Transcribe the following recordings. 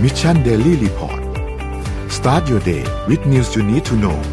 Mission Daily Report Start your day with news you need to know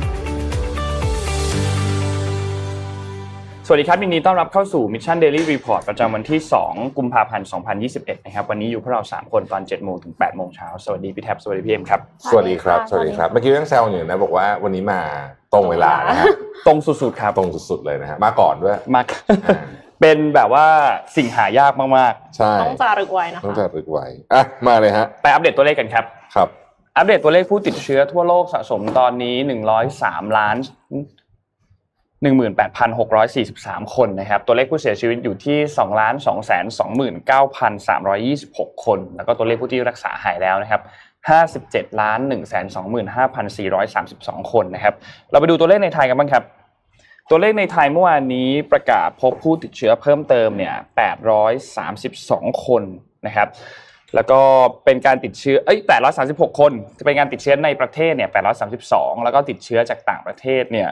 สวัสดีครับยินดีต้อนรับเข้าสู่ Mission Daily Report ประจำวันที่2กุมภาพันธ์2021นะครับวันนี้อยู่พวกเรา3คนตอน 7:00 นถึง 8:00 นสวัสดีพี่แท็บสวัสดีพี่เอ็มครับสวัสดีครับสวัสดีครับเมื่อกี้ยังแซวอยู่นะบอกว่าวันนี้มาตรงเวลานะฮะตรงสุดๆครับตรงสุดๆเลยนะฮะมาก่อนด้วยมาเป็นแบบว่าสิ่งหายากมากๆใช่ต้องจารึกไว้นะคะต้องจารึกไว้อ่ะมาเลยฮะไปอัปเดตตัวเลขกันครับครับอัปเดตตัวเลขผู้ติดเชื้อทั่วโลกสะสมตอนนี้103,643 คนนะครับตัวเลขผู้เสียชีวิตอยู่ที่ 2,229,326 คนแล้วก็ตัวเลขผู้ที่รักษาหายแล้วนะครับ57,125,432 คนนะครับเราไปดูตัวเลขในไทยกันบ้างครับตัวเลขในไทยเมื่อวานนี้ประกาศพบผู้ติดเชื้อเพิ่มเติมเนี่ย832คนนะครับแล้วก็เป็นการติดเชื้อ836คนจะเป็นการติดเชื้อในประเทศเนี่ย832แล้วก็ติดเชื้อจากต่างประเทศเนี่ย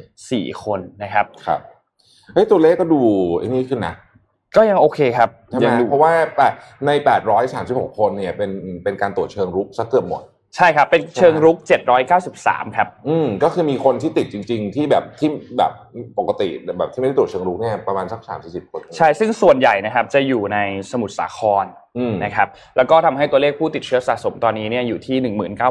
4คนนะครับครับตัวเลขก็ดูไอ้นี่ขึ้นนะก็ยังโอเคครับยังเพราะว่าใน836คนเนี่ยเป็นการตรวจเชิงรุกซะเกือบหมดใช่ครับเป็นเชิงรุก793ครับก็คือมีคนที่ติดจริงๆที่แบบปกติแบบที่ไม่ได้ตรวจเชิงรุกเนี่ยประมาณสัก 30-40 คนใช่ซึ่งส่วนใหญ่นะครับจะอยู่ในสมุทรสาครนะครับแล้วก็ทำให้ตัวเลขผู้ติดเชื้อสะสมตอนนี้เนี่ยอยู่ที่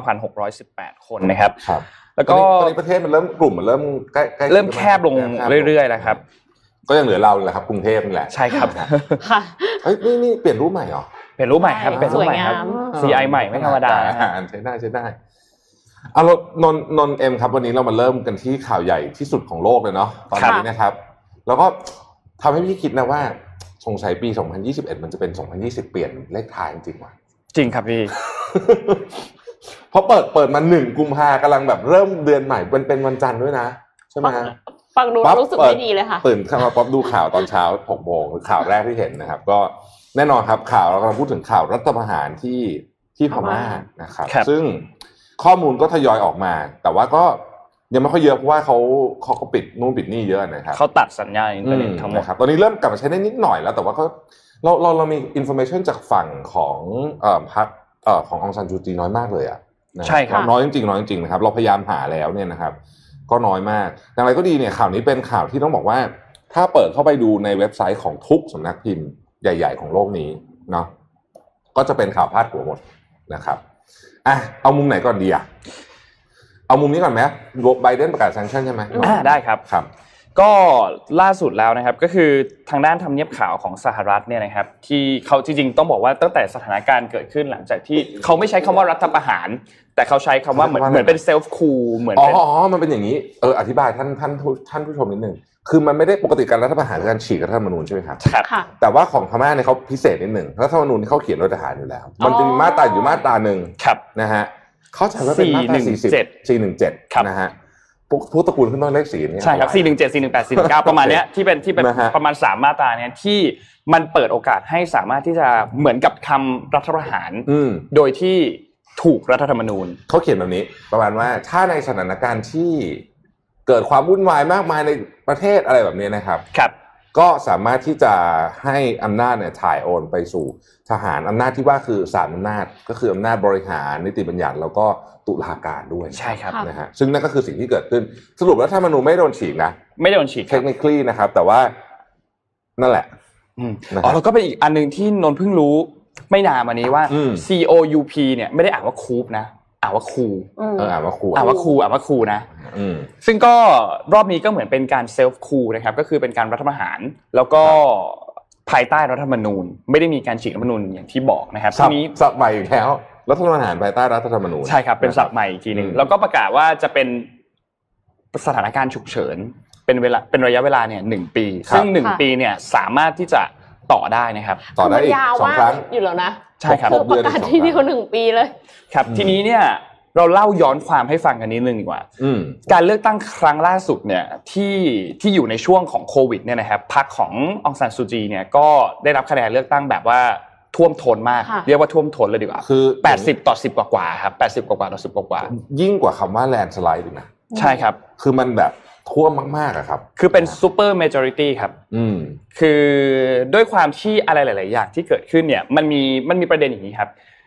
19,618 คนนะครับแล้วก็ตอนนี้ประเทศมันเริ่มกลุ่มมันเริ่มใกล้เริ่มแคบลงเรื่อยๆแล้วครับก็ยังเหลือเราแหละครับกรุงเทพนี่แหละใช่ครับค่ะนี่เปลี่ยนรูปใหม่เหรอเปลี่ยนรูปใหม่ครับเป็นรูปใหม่ครับ CI ใหม่ไม่ธรรมดาใช้ได้เอานนเอ็มครับวันนี้เรามาเริ่มกันที่ข่าวใหญ่ที่สุดของโลกเลยเนาะตอนนี้นะครับแล้วก็ทำให้พี่คิดนะว่าสงสัยปี2021มันจะเป็น2020เปลี่ยนเลขท้ายจริงๆว่ะจริงครับพี่เพราะเปิดมา1กุมภาพันธ์กำลังแบบเริ่มเดือนใหม่เป็นวันจันทร์ด้วยนะใช่ไหมฟังดูรู้สึกไม่ดีเลยค่ะตื่นขึ้นมาป๊อปดูข่าวตอนเช้า 6:00 นข่าวแรกที่เห็นนะครับก็แน่นอนครับข่าวเรากำลังพูดถึงข่าวรัฐประหารที่พม่านะครับซึ่งข้อมูลก็ทยอยออกมาแต่ว่าก็ยังไม่ค่อยเยอะเพราะว่าเขาปิดนู่นปิดนี่เยอะนะครับเขาตัดสัญญาณอินเทอร์เน็ตทั้งหมดครับตอนนี้เริ่มกลับมาใช้ได้นิดหน่อยแล้วแต่ว่าก็เรามีอินโฟเมชันจากฝั่งของพรรคขององซานจูจีน้อยมากเลยอ่ะใช่ครับน้อยจริงนะครับเราพยายามหาแล้วเนี่ยนะครับก็น้อยมากอย่างไรก็ดีเนี่ยข่าวนี้เป็นข่าวที่ต้องบอกว่าถ้าเปิดเข้าไปดูในเว็บไซต์ของทุกสำนักพิมพ์ใหญ่ๆของโลกนี้เนาะก็จะเป็นข่าวพาดหัวหมดนะครับเอามุมไหนก่อนดีเอามุมนี้ก่อนไหมไบเดนประกาศแซงชั่นใช่ไหมได้ครับก็ล่าสุดแล้วนะครับก็คือทางด้านทำเนียบข่าวของสหรัฐเนี่ยนะครับที่เขาจริงๆต้องบอกว่าตั้งแต่สถานการณ์เกิดขึ้นหลังจากที่เขาไม่ใช้คำว่ารัฐประหารแต่เขาใช้คำว่าเหมือนเป็นเซลฟ์คูลเหมือนเป็นมันเป็นอย่างนี้อธิบายท่านผู้ชมนิดนึงคือมันไม่ได้ปกติการรัฐประหารการฉีกรัฐธรรมนูญใช่ไหมครับแต่ว่าของพม่าเนี่ยเขาพิเศษนิดนึงรัฐธรรมนูญที่เขาเขียนรัฐประหารอยู่แล้วมันจะมีมาตราอยู่มาตรานึงนะฮะเขาใช้ว่าเป็นมาตรา417นะฮะพวกตระกูลขึ้นต้นเลข4เนี่ยใช่ครับ417 418 419ประมาณเนี้ยที่เป็นประมาณ3มาตราเนี้ยที่มันเปิดโอกาสให้สามารถที่จะเหมือนกับทำรัฐประหารโดยที่ถูกรัฐธรรมนูญเขาเขียนแบบนี้ประมาณว่าถ้าในสถานการณ์ที่เกิดความวุ่นวายมากมายในประเทศอะไรแบบนี้นะครับก็สามารถที่จะให้อำนาจเนี่ยถ่ายโอนไปสู่ทหารอำนาจที่ว่าคือศาลอำนาจก็คืออำนาจบริหารนิติบัญญัติแล้วก็ตุลาการด้วยใช่ครับนะฮะซึ่งนั่นก็คือสิ่งที่เกิดขึ้นสรุปแล้วรัฐธรรมนูญไม่โดนฉีกนะไม่โดนฉีก technically นะครับแต่ว่านั่นแหละแล้วก็เป็นอีกอันนึงที่นนท์เพิ่งรู้ไม่นานมานี้ว่า COUP เนี่ยไม่ได้อ่านว่าคูปนะอ่านว่าคูอ่านว่าคูนะซึ่งก็รอบนี้ก็เหมือนเป็นการเซลฟ์คูนะครับก็คือเป็นการรัฐประหารแล้วก็ภายใต้รัฐธรรมนูญไม่ได้มีการฉีกรัฐธรรมนูญอย่างที่บอกนะครับทีนี้ศัพท์ใหม่อีกแล้วรัฐประหารภายใต้รัฐธรรมนูญใช่ครับเป็นศัพท์ใหม่อีกทีนึงแล้วก็ประกาศว่าจะเป็นสถานการณ์ฉุกเฉินเป็นระยะเวลาเนี่ย1ปีซึ่ง1ปีเนี่ยสามารถที่จะต่อได้นะครับต่อได้อีก2ครั้งอยู่แล้วนะใช่ครับประกาศที่เดียว1ปีเลยครับทีนี้เนี่ยเราเล่าย้อนความให้ฟังกันนิดนึงดีกว่าการเลือกตั้งครั้งล่าสุดเนี่ยที่อยู่ในช่วงของโควิดเนี่ยนะครับพรรคขององซานซูจีเนี่ยก็ได้รับคะแนนเลือกตั้งแบบว่าท่วมท้นมากเรียกว่าท่วมท้นเลยดีกว่าคือ 80ต่อ10กว่าๆครับ80กว่าต่อ10กว่ายิ่งกว่าคำว่าแลนด์สไลด์นะใช่ครับคือมันแบบท่วมมากๆครับคือเป็นซูเปอร์เมเจอริตี้ครับคือด้วยความที่อะไรหลายๆอย่างที่เกิดขึ้นเนี่ยมันมีประเด็นอย่างนี้ครับ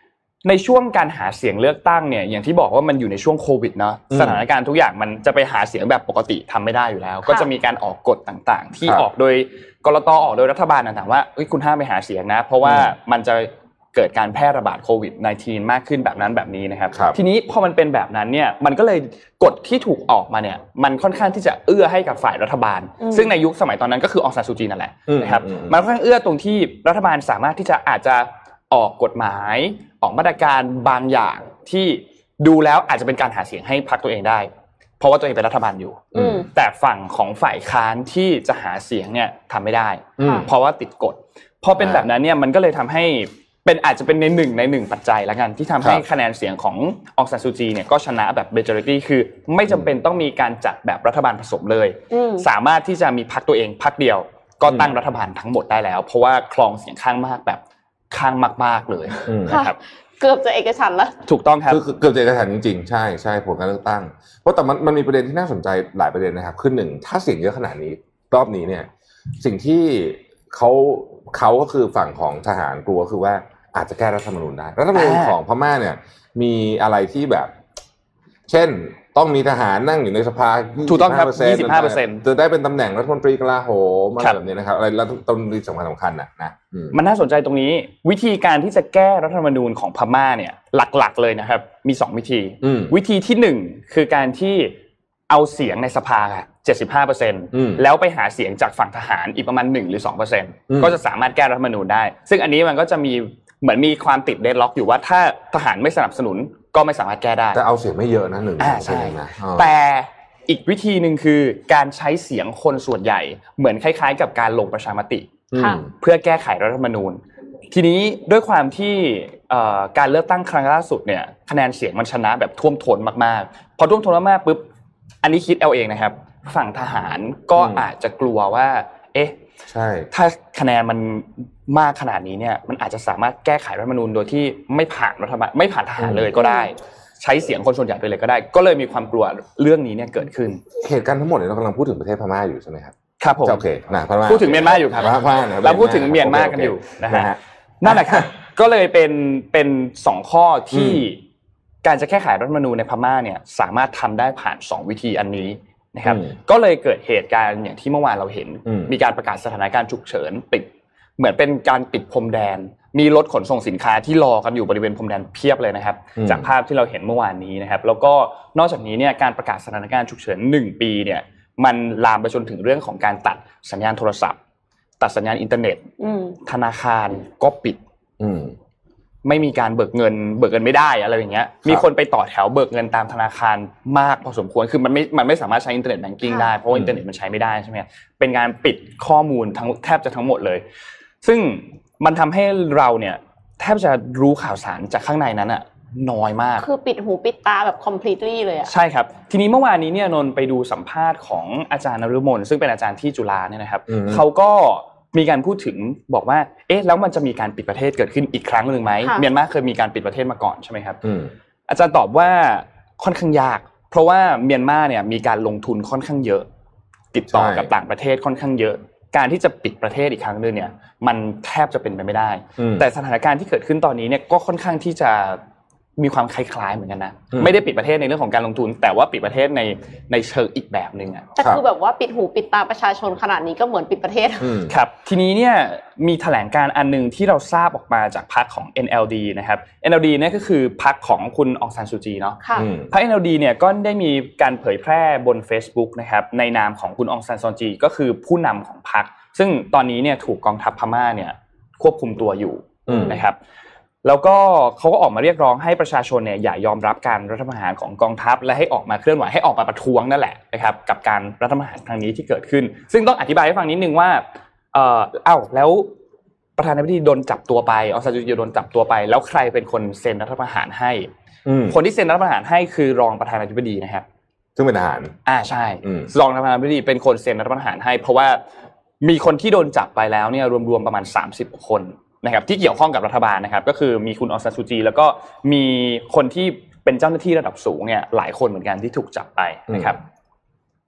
ในช่วงการหาเสียงเลือกตั้งเนี่ยอย่างที่บอกว่ามันอยู่ในช่วงโควิดเนาะสถานการณ์ทุกอย่างมันจะไปหาเสียงแบบปกติทำไม่ได้อยู่แล้วก็จะมีการออกกฎต่างๆที่ออกโดยกลต.ออกโดยรัฐบาลต่างๆว่าคุณห้ามไปหาเสียงนะเพราะว่ามันจะเกิดการแพร่ระบาดโควิด -19 มากขึ้นแบบนั้นแบบนี้นะครับทีนี้พอมันเป็นแบบนั้นเนี่ยมันก็เลยกฎที่ถูกออกมาเนี่ยมันค่อนข้างที่จะเอื้อให้กับฝ่ายรัฐบาลซึ่งในยุคสมัยตอนนั้นก็คือองซานซูจีนั่นแหละนะครับมันค่อนข้างเอื้อตรงที่รัฐบาลสามารถที่จะอาจจะออกกฎหมายออกมาตรการบางอย่างที่ดูแล้วอาจจะเป็นการหาเสียงให้พรรคตัวเองได้เพราะว่าตัวเองเป็นรัฐบาลอยู่แต่ฝั่งของฝ่ายค้านที่จะหาเสียงเนี่ยทำไม่ได้เพราะว่าติดกฎพอเป็นแบบนั้นเนี่ยมันก็เลยทำให้เป็นอาจจะเป็นในหนึ่งปัจจัยละกันที่ทำให้คะแนนเสียงขององซานซูจีเนี่ยก็ชนะแบบ majority คือไม่จำเป็นต้องมีการจัดแบบรัฐบาลผสมเลยสามารถที่จะมีพรรคตัวเองพรรคเดียวก็ตั้งรัฐบาลทั้งหมดได้แล้วเพราะว่าครองเสียงข้างมากแบบข้างมากๆเลยนะครับเกือบจะเอกฉันท์แล้วถูกต้องครับเกือบจะเอกฉันท์จริงๆใช่ผลการเลือกตั้งเพราะแต่มันมีประเด็นที่น่าสนใจหลายประเด็นนะครับคือ1ถ้าเสียงเยอะขนาดนี้รอบนี้เนี่ยสิ่งที่เขาก็คือฝั่งของทหารกลัวคือว่าอาจจะแก้รัฐธรรมนูญได้รัฐธรรมนูญของพม่าเนี่ยมีอะไรที่แบบเช่นต้องมีทหารนั่งอยู่ในสภา 25% ถูกต้องครับ 25% จะได้เป็นตำแหน่งรัฐมนตรีกลาโหมอะไรแบบนี้นะครับอะไรรัฐมนตรีสำคัญนะมันน่าสนใจตรงนี้วิธีการที่จะแก้รัฐธรรมนูญของพม่าเนี่ยหลักๆเลยนะครับมี2วิธีวิธีที่1คือการที่เอาเสียงในสภา75%แล้วไปหาเสียงจากฝั่งทหารอีกประมาณ1หรือ 2% ก็จะสามารถแก้รัฐธรรมนูญได้ซึ่งอันนี้มันก็จะมีเหมือนมีความติดเดดล็อกอยู่ว่าถ้าทหารไม่สนับสนุนก็ไม่สามารถแก้ได้แต่เอาเสียงไม่เยอะนะใช่แต่อีกวิธีนึงคือการใช้เสียงคนส่วนใหญ่เหมือนคล้ายๆกับการลงประชามติเพื่อแก้ไขรัฐธรรมนูญทีนี้ด้วยความที่การเลือกตั้งครั้งล่าสุดเนี่ยคะแนนเสียงมันชนะแบบท่วมท้นมากๆพอท่วมท้นมากๆปุ๊บอันนี้คิดเอาเองนะครับฝั่งทหารก็อาจจะกลัวว่าใช่ถ้าคะแนนมันมากขนาดนี้เนี่ยมันอาจจะสามารถแก้ไขรัฐธรรมนูญโดยที่ไม่ผ่านรัฐบาลไม่ผ่านทหารเลยก็ได้ใช้เสียงคนส่วนใหญ่ไปเลยก็ได้ก็เลยมีความกลัวเรื่องนี้เนี่ยเกิดขึ้นเหตุการณ์ทั้งหมดเนี่ยเรากำลังพูดถึงประเทศพม่าอยู่ใช่ไหมครับครับผมโอเคนะพม่าพูดถึงเมียนมาอยู่ครับเราพูดถึงเมียนมากันอยู่นะฮะนั่นแหละครับก็เลยเป็น2ข้อที่การจะแก้ไขรัฐธรรมนูญในพม่าเนี่ยสามารถทำได้ผ่าน2วิธีอันนี้นะครับก็เลยเกิดเหตุการณ์อย่างที่เมื่อวานเราเห็นมีการประกาศสถานการณ์ฉุกเฉินปิดเหมือนเป็นการปิดพรมแดนมีรถขนส่งสินค้าที่รอกันอยู่บริเวณพรมแดนเพียบเลยนะครับจากภาพที่เราเห็นเมื่อวานนี้นะครับแล้วก็นอกจากนี้เนี่ยการประกาศสถานการณ์ฉุกเฉิน1ปีเนี่ยมันลามไปจนถึงเรื่องของการตัดสัญญาณโทรศัพท์ตัดสัญญาณอินเทอร์เน็ตธนาคารก็ปิดไม่มีการเบิกเงินไม่ได้อะไรอย่างเงี้ยมีคนไปต่อแถวเบิกเงินตามธนาคารมากพอสมควรคือมันไม่สามารถใช้อินเทอร์เน็ตแบงกิ้งได้เพราะว่าอินเทอร์เน็ตมันใช้ไม่ได้ใช่ไหมเป็นการปิดข้อมูลแทบจะทั้งหมดเลยซึ่งมันทำให้เราเนี่ยแทบจะรู้ข่าวสารจากข้างในนั้นอ่ะน้อยมากคือปิดหูปิดตาแบบ completely เลยอ่ะใช่ครับทีนี้เมื่อวานนี้เนี่ยนนท์ไปดูสัมภาษณ์ของอาจารย์นฤมลซึ่งเป็นอาจารย์ที่จุฬาเนี่ยนะครับเขาก็มีการพูดถึงบอกว่าแล้วมันจะมีการปิดประเทศเกิดขึ้นอีกครั้งนึงไหมเมียนมาเคยมีการปิดประเทศมาก่อนใช่ไหมครับอาจารย์ตอบว่าค่อนข้างยากเพราะว่าเมียนมาเนี่ยมีการลงทุนค่อนข้างเยอะติดต่อกับต่างประเทศค่อนข้างเยอะการที่จะปิดประเทศอีกครั้งนึงเนี่ยมันแทบจะเป็นไปไม่ได้แต่สถานการณ์ที่เกิดขึ้นตอนนี้เนี่ยก็ค่อนข้างที่จะมีความคล้ายๆเหมือนกันนะไม่ได้ปิดประเทศในเรื่องของการลงทุนแต่ว่าปิดประเทศในเชิงอีกแบบนึงอ่ะแต่คือแบบว่าปิดหูปิดตาประชาชนขนาดนี้ก็เหมือนปิดประเทศครับทีนี้เนี่ยมีแถลงการอันนึงที่เราทราบออกมาจากพรรคของ NLD นะครับ NLD เนี่ยก็คือพรรคของคุณองซานซูจีเนาะพรรค NLD เนี่ยก็ได้มีการเผยแพร่บน Facebook นะครับในนามของคุณองซานซูจีก็คือผู้นำของพรรคซึ่งตอนนี้เนี่ยถูกกองทัพพม่าเนี่ยควบคุมตัวอยู่นะครับแล้วก็เขาก็ออกมาเรียกร้องให้ประชาชนเนี่ยอย่ายอมรับการรัฐประหารของกองทัพและให้ออกมาเคลื่อนไหวให้ออกมาประท้วงนั่นแหละนะครับกับการรัฐประหารครั้งนี้ที่เกิดขึ้นซึ่งต้องอธิบายให้ฟังนิดนึงว่าแล้วประธานาธิบดีโดนจับตัวไปองซานซูจีโดนจับตัวไปแล้วใครเป็นคนเซ็นรัฐประหารให้คนที่เซ็นรัฐประหารให้คือรองประธานาธิบดีนะครับซึ่งเป็นทหารใช่รองประธานาธิบดีเป็นคนเซ็นรัฐประหารให้เพราะว่ามีคนที่โดนจับไปแล้วเนี่ยรวมๆประมาณ30คนนะครับที่เกี่ยวข้องกับรัฐบาลนะครับก็คือมีคุณองซานซูจีแล้วก็มีคนที่เป็นเจ้าหน้าที่ระดับสูงเนี่ยหลายคนเหมือนกันที่ถูกจับไปนะครับ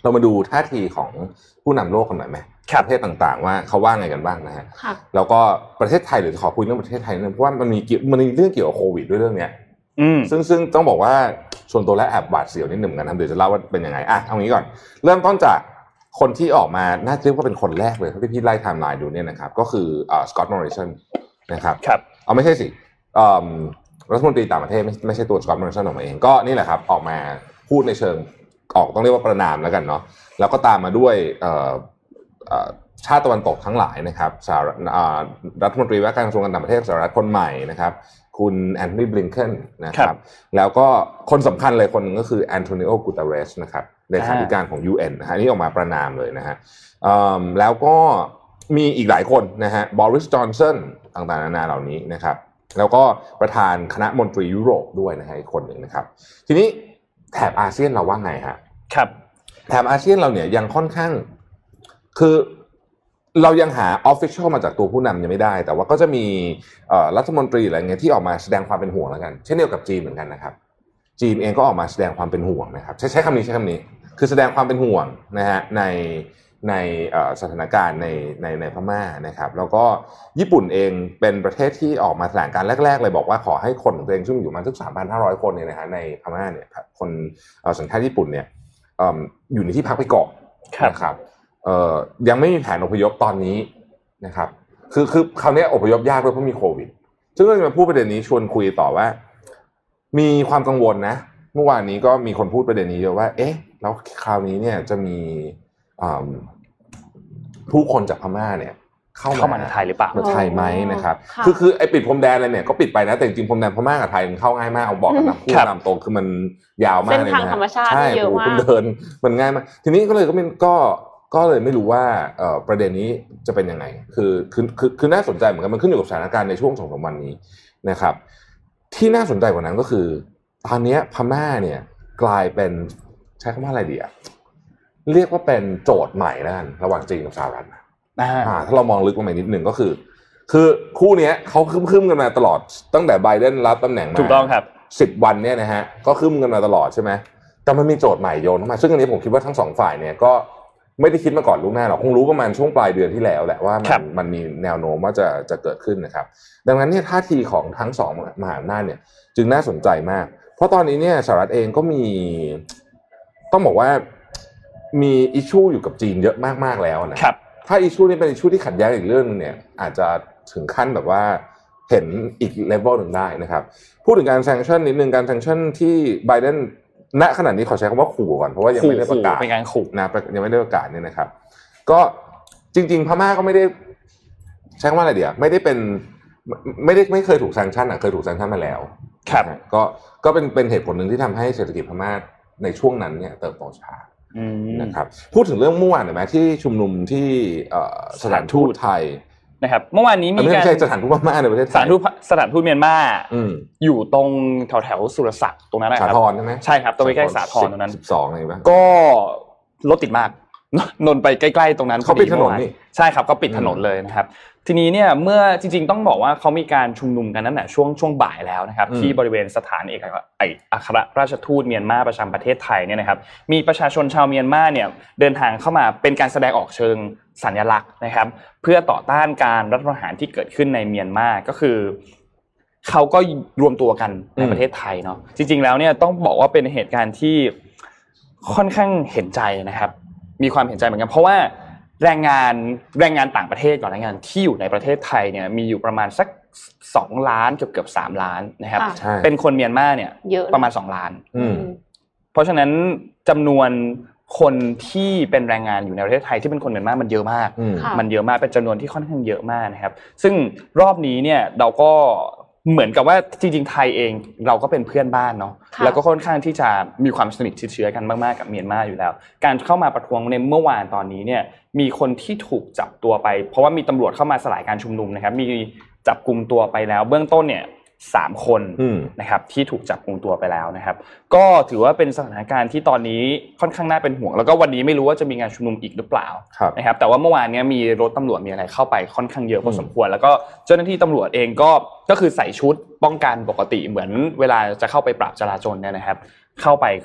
เรามาดูท่าทีของผู้นำโลกกันหน่อยไหมประเทศต่างๆว่าเขาว่าไงกันบ้างนะฮะแล้วก็ประเทศไทยหรือจะขอคุยเรื่องประเทศไทยนึงเพราะว่ามันมีเรื่องเกี่ยวกับโควิดด้วยเรื่องเนี้ยซึ่งต้องบอกว่าส่วนตัวและแอบหวาดเสียวนิดหนึ่งกันนะเดี๋ยวจะเล่าว่าเป็นยังไงเอางี้ก่อนเริ่มต้นจากคนที่ออกมาน่าจะเรียกว่าเป็นคนแรกเลยที่พี่ไล่ไทม์ไลน์ดูเนี่ยนะครับก็คือสกอตต์มอริสันนะครับเอาไม่ใช่สิรัฐมนตรีต่างประเทศไม่ใช่ตัวสกอตต์มอริสันออกมาเองก็นี่แหละครับออกมาพูดในเชิงต้องเรียกว่าประนามแล้วกันเนาะแล้วก็ตามมาด้วยชาติตะวันตกทั้งหลายนะครับรัฐมนตรีว่าการกระทรวงการต่างประเทศสหรัฐคนใหม่นะครับคุณแอนโทนีบลิงเคนนะครับแล้วก็คนสำคัญเลยคนนึงก็คือแอนโทนิโอ กูเตเรสนะครับเลขาธิการของ UN นะฮะนี่ออกมาประนามเลยนะฮะแล้วก็มีอีกหลายคนนะฮะบอริส จอนสันต่างๆนานาเหล่านี้นะครับแล้วก็ประธานคณะมนตรียุโรปด้วยนะฮะอีกคนหนึ่งนะครับทีนี้แถบอาเซียนเราว่าไงฮะครับแถบอาเซียนเราเนี่ยยังค่อนข้างคือเรายังหา official มาจากตัวผู้นำยังไม่ได้แต่ว่าก็จะมีรัฐมนตรีอะไรเงี้ยที่ออกมาแสดงความเป็นห่วงแล้วกันเช่นเดียวกับจีนเหมือนกันนะครับจีนเองก็ออกมาแสดงความเป็นห่วงนะครับใช้คำนี้คือแสดงความเป็นห่วงนะฮะในสถานการณ์ในพม่านะครับแล้วก็ญี่ปุ่นเองเป็นประเทศที่ออกมาแถลงการแรกๆเลยบอกว่าขอให้คนของตัวเองซึ่งอยู่มาสัก 3,500 คนเนี่ยนะฮะในพม่าเนี่ยคนสัญชาติญี่ปุ่นเนี่ยอยู่ในที่พักไปก่อนนะครับยังไม่มีแผนอพยพตอนนี้นะครับคือคราวนี้อพยพยากด้วยเพราะมีโควิดซึ่งก็จะมาพูดประเด็นนี้ชวนคุยต่อว่ามีความกังวลนะเมื่อวานนี้ก็มีคนพูดประเด็นนี้เยอะว่าเอ๊ะแล้วคราวนี้เนี่ยจะมีผู้คนจากพม่าเนี่ยเข้ามาในไทยหรือเปล่าในไทยไหมนะครับคือไอ้ปิดพรมแดนอะไรเนี่ยก็ปิดไปนะแต่จริงๆพรมแดนพม่ากับไทยมันเข้าง่ายมากเอาบอกกันนะพูดตามตรงคือมันยาวมากเลยนะเส้นทางธรรมชาติเยอะมากคุณเดินมันง่ายมากทีนี้ก็เลยไม่รู้ว่าประเด็นนี้จะเป็นยังไงคือน่าสนใจเหมือนกันมันขึ้นอยู่กับสถานการณ์ในช่วง 2-3 วันนี้นะครับที่น่าสนใจกว่านั้นก็คือตอนนี้พม่าเนี่ยกลายเป็นใช้คำว่าอะไรดีอ่ะเรียกว่าเป็นโจทย์ใหม่แล้วกันระหว่างจีนกับสหรัฐถ้าเรามองลึกลงไปนิดนึงก็คือคู่นี้เขาคึมกันมาตลอดตั้งแต่ไบเดนรับตำแหน่งมาถูกต้องครับ 10 วันเนี่ยนะฮะก็คึมกันมาตลอดใช่ไหมแต่มันมีโจทย์ใหม่โยนเข้ามาซึ่งอันนี้ผมคิดว่าทั้งสองฝ่ายเนี่ยก็ไม่ได้คิดมาก่อนล่วงหน้าหรอกคงรู้ประมาณช่วงปลายเดือนที่แล้วแหละว่ามันมีแนวโน้มว่าจะเกิดขึ้นนะครับดังนั้นเนี่ยท่าทีของทั้งสองมหาอำนาจเนี่ยจึงน่าสนใจมากเพราะตอนนี้เนี่ยสหรัฐเองก็มีต้องบอกว่ามีอิชชูอยู่กับจีนเยอะมากๆแล้วนะครับถ้าอิชชูนี้เป็นอิชชูที่ขัดแย้งอีกเรื่องนึงเนี่ยอาจจะถึงขั้นแบบว่าเห็นอีกเลเวลหนึ่งได้นะครับพูดถึงการแซงชั่นนิดนึงการแซงชั่นที่ไบเดนณขณะนี้ขอใช้คำว่าขู่ก่อนเพราะว่ายังไม่ได้ประกาศเป็นการขู่นะยังไม่ได้ประกาศเนี่ยนะครับก็จริงๆพม่าก็ไม่ได้ใช้คำว่าอะไรเดียวไม่เคยถูกแซงชั่นเคยถูกแซงชั่นมาแล้วครับก็เป็นเหตุผลหนึ่งที่ทำให้เศรษฐกิจพม่าในช่วงนั้นเนี่ยเติบโตช้านะครับพูดถึงเรื่องเมื่อวานหน่อยไหมที่ชุมนุมที่สถานทูตไทยนะครับเมื่อวานนี้มีการไม่ใช่สถานทูตพม่าในประเทศไทยสถานทูตเมียนมาอยู่ตรงแถวสุรศักดิ์ตรงนั้นนะครับสาธรใช่ไหมใช่ครับตรงใกล้ๆสาธรตรงนั้น 12อะไรป่ะก็รถติดมากนนไปใกล้ๆตรงนั้นเขาปิดถนนนี่ใช่ครับก็ปิดถนนเลยนะครับทีนี้เนี่ยเมื่อจริงๆต้องบอกว่าเขามีการชุมนุมกันนั่นแหละช่วงบ่ายแล้วนะครับที่บริเวณสถานอัครราชทูตเมียนมาประจำประเทศไทยเนี่ยนะครับมีประชาชนชาวเมียนมาเนี่ยเดินทางเข้ามาเป็นการแสดงออกเชิงสัญลักษณ์นะครับเพื่อต่อต้านการรัฐประหารที่เกิดขึ้นในเมียนมาก็คือเขาก็รวมตัวกันในประเทศไทยเนาะจริงๆแล้วเนี่ยต้องบอกว่าเป็นเหตุการณ์ที่ค่อนข้างเห็นใจนะครับมีความเห็นใจเหมือนกันเพราะว่าแรงงานต่างประเทศก่อนแรงงานที่อยู่ในประเทศไทยเนี่ยมีอยู่ประมาณสัก2 ล้านเกือบ3 ล้านนะครับเป็นคนเมียนมาเนี่ยประมาณ2 ล้านเพราะฉะนั้นจำนวนคนที่เป็นแรงงานอยู่ในประเทศไทยที่เป็นคนเมียนมามันเยอะมากเป็นจำนวนที่ค่อนข้างเยอะมากนะครับซึ่งรอบนี้เนี่ยเราก็เหมือนกับว่าจริงๆไทยเองเราก็เป็นเพื่อนบ้านเนาะแล้วก็ค่อนข้างที่จะมีความสนิทชิดเชื้อกันมากๆกับเมียนมาอยู่แล้วการเข้ามาประท้วงในเมื่อวานตอนนี้เนี่ยมีคนที่ถูกจับตัวไปเพราะว่ามีตำรวจเข้ามาสลายการชุมนุมนะครับมีจับกุมตัวไปแล้วเบื้องต้นเนี่ย3 คนนะครับที่ถูกจับกุมตัวไปแล้วนะครับก็ถือว่าเป็นสถานการณ์ที่ตอนนี้ค่อนข้างน่าเป็นห่วงแล้วก็วันนี้ไม่รู้ว่าจะมีงานชุมนุมอีกหรือเปล่านะครับแต่ว่าเมื่อวานนี้มีรถตำรวจมีอะไรเข้าไปค่อนข้างเยอะพอสมควรแล้วก็เจ้าหน้าที่ตำรวจเองก็คือใส่ชุดป้องกันปกติเหมือนเวลาจะเข้าไปปราบจราจรเนี่ยนะครับเข้าไป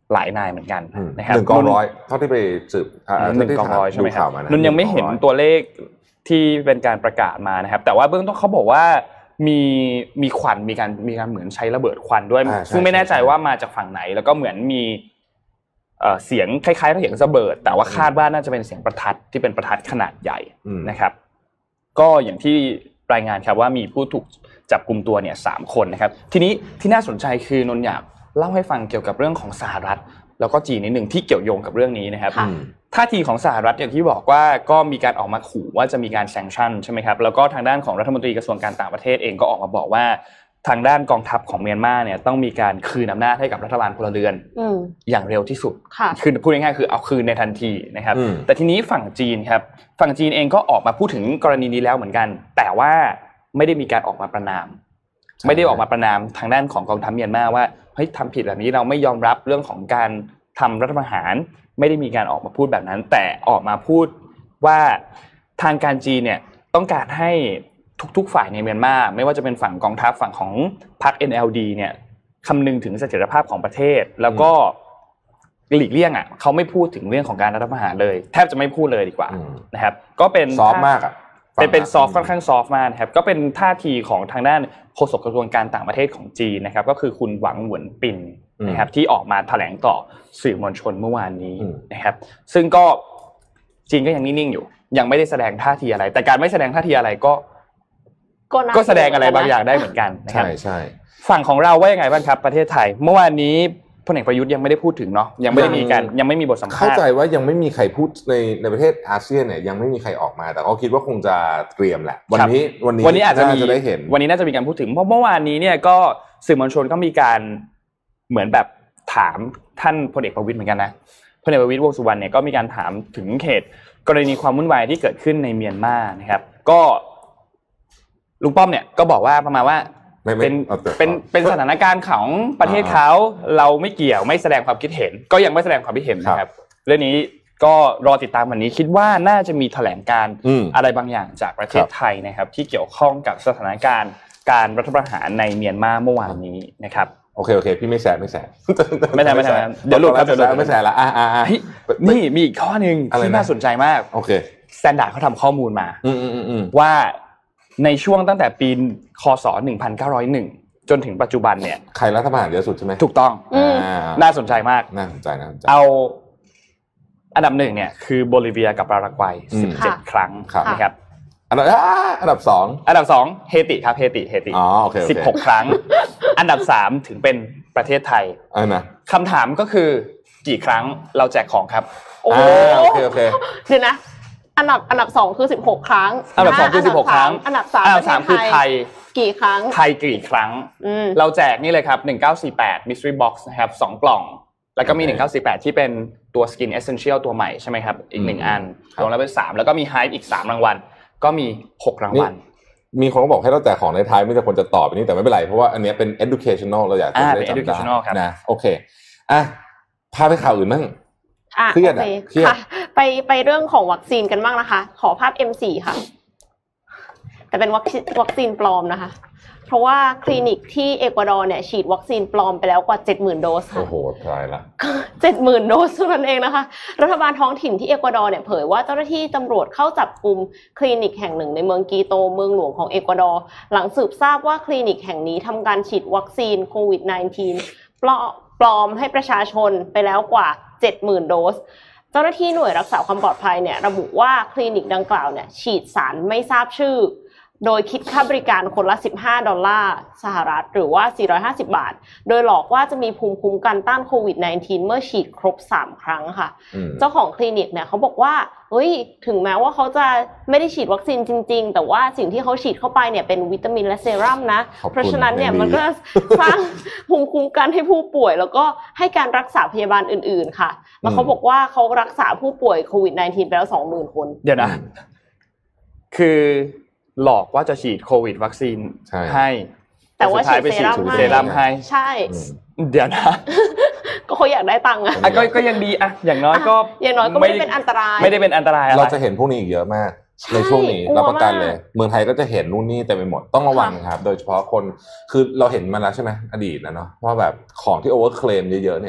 หลายนายเหมือนกันนะครับ 1 กองร้อยเท่าที่ไปสืบ 1 กองร้อยใช่ไหมครับนนยังไม่เห็นตัวเลขที่เป็นการประกาศมานะครับแต่ว่าเบื้องต้นเขาบอกว่ามีควันมีการเหมือนใช้ระเบิดควันด้วยซึ่งไม่แน่ใจว่ามาจากฝั่งไหนแล้วก็เหมือนมีเสียงคล้ายๆเสียงระเบิดแต่ว่าคาดว่าน่าจะเป็นเสียงประทัดที่เป็นประทัดขนาดใหญ่นะครับก็อย่างที่รายงานครับว่ามีผู้ถูกจับกุมตัวเนี่ย3 คนนะครับทีนี้ที่น่าสนใจคือนนอยากเล่าให้ฟังเกี่ยวกับเรื่องของสหรัฐแล้วก็จีนนิดนึงที่เกี่ยวโยงกับเรื่องนี้นะครับท่าทีของสหรัฐอย่างที่บอกว่าก็มีการออกมาขู่ว่าจะมีการแซงชั่นใช่ไหมครับแล้วก็ทางด้านของรัฐมนตรีกระทรวงการต่างประเทศเองก็ออกมาบอกว่าทางด้านกองทัพของเมียนมาเนี่ยต้องมีการคืนอำนาจให้กับรัฐบาลพลเรือนอย่างเร็วที่สุดคือพูดง่ายๆคือเอาคืนในทันทีนะครับแต่ทีนี้ฝั่งจีนครับฝั่งจีนเองก็ออกมาพูดถึงกรณีนี้แล้วเหมือนกันแต่ว่าไม่ได้มีการออกมาประณามไม่ได้ออกมาประณามทางด้านของกองทัพเมียนมาว่าเฮ้ยทำผิดแบบนี้เราไม่ยอมรับเรื่องของการทำรัฐประหารไม่ได้มีการออกมาพูดแบบนั้นแต่ออกมาพูดว่าทางการจีนเนี่ยต้องการให้ทุกฝ่ายในเมียนมาไม่ว่าจะเป็นฝั่งกองทัพฝั่งของพรรค NLD เนี่ยคำนึงถึงเสถียรภาพของประเทศแล้วก็หลีกเลี่ยงเขาไม่พูดถึงเรื่องของการรัฐประหารเลยแทบจะไม่พูดเลยดีกว่านะครับก็เป็นซอฟต์มากเป็นซอฟต์ค่อนข้างซอฟต์มากนะครับก็เป็นท่าทีของทางด้านโฆษกกระทรวงการต่างประเทศของจีนนะครับก็คือคุณหวังเหวินปินนะครับที่ออกมาแถลงต่อสื่อมวลชนเมื่อวานนี้นะครับซึ่งก็จีนก็ยังนิ่งๆอยู่ยังไม่ได้แสดงท่าทีอะไรแต่การไม่แสดงท่าทีอะไรก็แสดงอะไรบางอย่างได้เหมือนกันนะครับใช่ฝั่งของเราว่ายังไงบ้างครับประเทศไทยเมื่อวานนี้พลเอกประยุทธ์ยังไม่ได้พูดถึงเนาะยังไม่ได้มีบทสัมภาษณ์เข้าใจว่ายังไม่มีใครพูดในประเทศอาเซียนเนี่ยยังไม่มีใครออกมาแต่เขาคิดว่าคงจะเตรียมแหละวันนี้อาจจะได้เห็นวันนี้น่าจะมีการพูดถึงเพราะเมื่อวานนี้เนี่ยก็สื่อมวลชนก็มีการเหมือนแบบถามท่านพลเอกประวิตรเหมือนกันนะพลเอกประวิตรวงษ์สุวรรณเนี่ยก็มีการถามถึงเหตุกรณีความวุ่นวายที่เกิดขึ้นในเมียนมานะครับก็ลุงป้อมเนี่ยก็บอกว่าประมาณว่าเป็นสถานการณ์ของประเทศเขาเราไม่เกี่ยวไม่แสดงความคิดเห็นก็ยังไม่แสดงความคิดเห็นนะครับเรื่องนี้ก็รอติดตามวันนี้คิดว่าน่าจะมีแถลงการอะไรบางอย่างจากประเทศไทยนะครับที่เกี่ยวข้องกับสถานการณ์การรัฐประหารในเมียนมาเมื่อวานนี้นะครับโอเคพี่ไม่แสบเดี๋ยวหลุดครับไม่แสบละนี่มีอีกข้อนึงที่น่าสนใจมากโอเคสแตนดาร์ดเขาทำข้อมูลมาว่าในช่วงตั้งแต่ปีคศ1901จนถึงปัจจุบันเนี่ยใครรัฐประหารเยอะสุดใช่ไหมถูกต้องน่าสนใจมากน่าสนใจเอาอันดับ1เนี่ยคือโบลิเวียกับปารากวัย17ครั้งนะครับอันดับ 2เฮติครับเฮติอ๋อโอเค 16ครั้งอันดับ3ถึงเป็นประเทศไทยนะคำถามก็คือกี่ครั้งเราแจกของครับโอเคเดี๋ยวนะอันดับ2คือ16ครั้งอันดับ2คือ16ครั้งอันดับ3 คือไทยกี่ครั้งไทยกี่ครั้งเราแจกนี่เลยครับ1948 Mystery Box นะครับ2กล่องแล้วก็มี1948ที่เป็นตัว Skin Essential ตัวใหม่ใช่มั้ยครับอีก1อันรวมแล้วเป็น3แล้วก็มี Hype อีก3รางวัลก็มี6รางวัลมีคนก็บอกให้เราแจกของในท้ายไม่ใช่คนจะตอบไปนี่แต่ไม่เป็นไรเพราะว่าอันนี้เป็น educational เราอยากจะได้จำได้นะโอเคพาไปข่าวอื่นบ้างเครียดค่ะไปเรื่องของวัคซีนกันบ้างนะคะขอภาพ M4 ค่ะแต่เป็นวัคซีนปลอมนะคะเพราะว่าคลินิกที่เอกวาดอร์เนี่ยฉีดวัคซีนปลอมไปแล้วกว่า 70,000 โดสค่ะโอ้โหตายละ 70,000 โดสเท่านั้นเองนะคะรัฐบาลท้องถิ่นที่เอกวาดอร์เนี่ยเผยว่าเจ้าหน้าที่ตำรวจเข้าจับกุมคลินิกแห่งหนึ่งในเมืองกีโตเมืองหลวงของเอกวาดอร์หลังสืบทราบว่าคลินิกแห่งนี้ทำการฉีดวัคซีนโควิด -19 ปลอมให้ประชาชนไปแล้วกว่า 70,000 โดสเจ้าหน้าที่หน่วยรักษาความปลอดภัยเนี่ยระบุว่าคลินิกดังกล่าวเนี่ยฉีดสารไม่ทราบชื่อโดยคิดค่าบริการคนละ$15สหรัฐหรือว่า450 บาทโดยหลอกว่าจะมีภูมิคุ้มกันต้านโควิด -19 เมื่อฉีดครบ3ครั้งค่ะเจ้าของคลินิกเนี่ยเขาบอกว่าถึงแม้ว่าเขาจะไม่ได้ฉีดวัคซีนจริงๆแต่ว่าสิ่งที่เขาฉีดเข้าไปเนี่ยเป็นวิตามินและเซรั่มนะเพราะฉะนั้นเนี่ยมันก็สร้างภูมิคุ้มกันให้ผู้ป่วยแล้วก็ให้การรักษาพยาบาลอื่นๆค่ะแล้วเขาบอกว่าเขารักษาผู้ป่วยโควิด -19 ไปแล้ว 20,000 คนเดี๋ยวนะคือหลอกว่าจะฉีดโควิดวัคซีนให้แต่ว่าฉีดเซรั่มให้ใช่เดี๋ยวนะก็เขาอยากได้ตังค์ก็ยังดีอย่างน้อยก็ไม่ได้เป็นอันตรายเราจะเห็นพวกนี้อีกเยอะมากในช่วงนี้รับประกันเลยเมืองไทยก็จะเห็นนู่นนี่เต็มไปหมดต้องระวังครับโดยเฉพาะคนคือเราเห็นมาแล้วใช่ไหมอดีตนะเนาะว่าแบบของที่โอเวอร์เคลมเยอะๆเนี่ย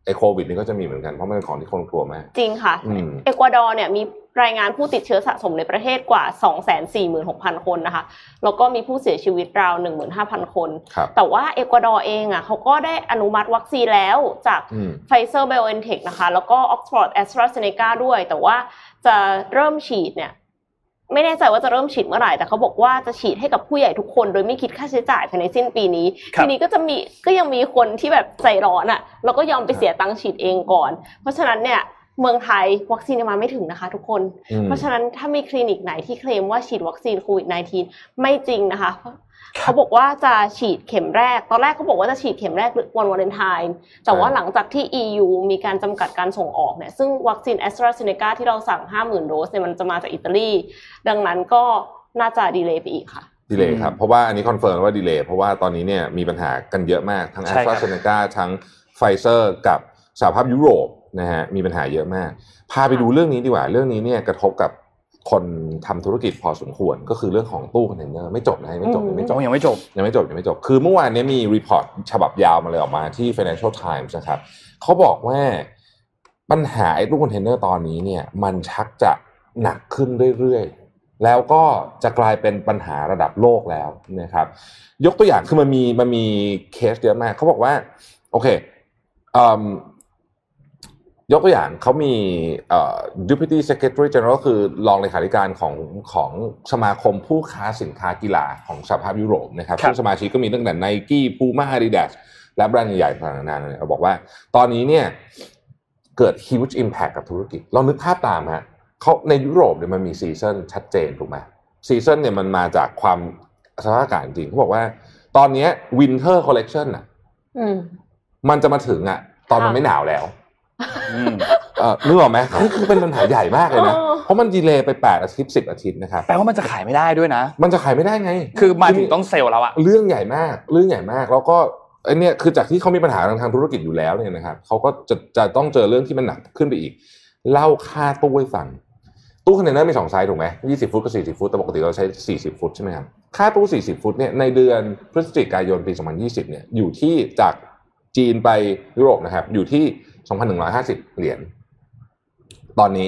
ไอ้โควิดนี่ก็จะมีเหมือนกันเพราะมันเป็นของที่คนกลัวมากจริงค่ะเอกวาดอร์เนี่ยมีรายงานผู้ติดเชื้อสะสมในประเทศกว่า 246,000 คนนะคะแล้วก็มีผู้เสียชีวิตราว 15,000 คนแต่ว่าเอกวาดอร์เองอ่ะเขาก็ได้อนุมัติวัคซีนแล้วจาก Pfizer BioNTech นะคะแล้วก็ Oxford AstraZeneca ด้วยแต่ว่าจะเริ่มฉีดเนี่ยไม่แน่ใจว่าจะเริ่มฉีดเมื่อไหร่แต่เขาบอกว่าจะฉีดให้กับผู้ใหญ่ทุกคนโดยไม่คิดค่าใช้จ่ายภายในสิ้นปีนี้ทีนี้ก็ยังมีคนที่แบบใจร้อนอ่ะแล้วก็ยอมไปเสียตังค์ฉีดเองก่อนเพราะฉะนั้นเนี่ยเมืองไทยวัคซีนยังมาไม่ถึงนะคะทุกคนเพราะฉะนั้นถ้ามีคลินิกไหนที่เคลมว่าฉีดวัคซีนโควิด -19 ไม่จริงนะคะเขาบอกว่าจะฉีดเข็มแรกตอนแรกเขาบอกว่าจะฉีดเข็มแรกวันวาเลนไทน์แต่ว่าหลังจากที่ EU มีการจำกัดการส่งออกเนี่ยซึ่งวัคซีน AstraZeneca ที่เราสั่ง 50,000 โดสเนี่ยมันจะมาจากอิตาลีดังนั้นก็น่าจะดีเลย์ไปอีกค่ะดีเลย์ครับเพราะว่าอันนี้คอนเฟิร์มว่าดีเลย์เพราะว่าตอนนี้เนี่ยมีปัญหากันเยอะมากทั้ง AstraZeneca ทั้ง Pfizer กับสหภาพยุโรปนะฮะมีปัญหาเยอะมากพาไปดูเรื่องนี้ดีกว่าเรื่องนี้เนี่ยกระทบกับคนทำธุรกิจพอสมควรก็คือเรื่องของตู้คอนเทนเนอร์ไม่จบนะยังไม่จบคือเมื่อวานนี้มีรีพอร์ตฉบับยาวมาเลยออกมาที่ Financial Times นะครับเขาบอกว่าปัญหาตู้คอนเทนเนอร์ตอนนี้เนี่ยมันชักจะหนักขึ้นเรื่อยๆแล้วก็จะกลายเป็นปัญหาระดับโลกแล้วนะครับยกตัวอย่างคือมันมีเคสเยอะมากเขาบอกว่าโอเคยกตัวอย่างเขามีDeputy Secretary General คือรองเลขาธิการของสมาคมผู้ค้าสินค้ากีฬาของสหภาพยุโรปนะครับซึ่งสมาชิกก็มีตั้งแต่ Nike Puma Adidas และแบรนด์ใหญ่ๆต่างๆเนี่ยเราบอกว่าตอนนี้เนี่ยเกิด huge impact กับธุรกิจลองนึกภาพตามฮะเขาในยุโรปเนี่ยมันมีซีซั่นชัดเจนถูกไหมซีซั่นเนี่ยมันมาจากความสภาพอากาศจริงเขาบอกว่าตอนนี้ Winter Collection อ่ะมันจะมาถึงอ่ะตอนมันไม่หนาวแล้วนึกออกไหมคือเป็นปัญหาใหญ่มากเลยนะเพราะมันดีเลย์ไป8อาทิตย์10อาทิตย์นะครับแปลว่ามันจะขายไม่ได้ด้วยนะมันจะขายไม่ได้ไงคือมาถึงต้องเซลล์แล้วอะเรื่องใหญ่มากแล้วก็ไอ้นี่คือจากที่เขามีปัญหาทางธุรกิจอยู่แล้วเนี่ยนะครับเขาก็จะต้องเจอเรื่องที่มันหนักขึ้นไปอีกเล่าค่าตู้ให้ฟังตู้คอนเทนเนอร์มี2ไซส์ถูกไหม20ฟุตกับ40ฟุตแต่ปกติเราใช้40ฟุตใช่ไหมครับค่าตู้40ฟุตเนี่ยในเดือนพฤศจิกายนปี2020เนี่ยอยู่ที่จากจีนไปยุโรปนะครับอยู่ที่2,150 เหรียญตอนนี้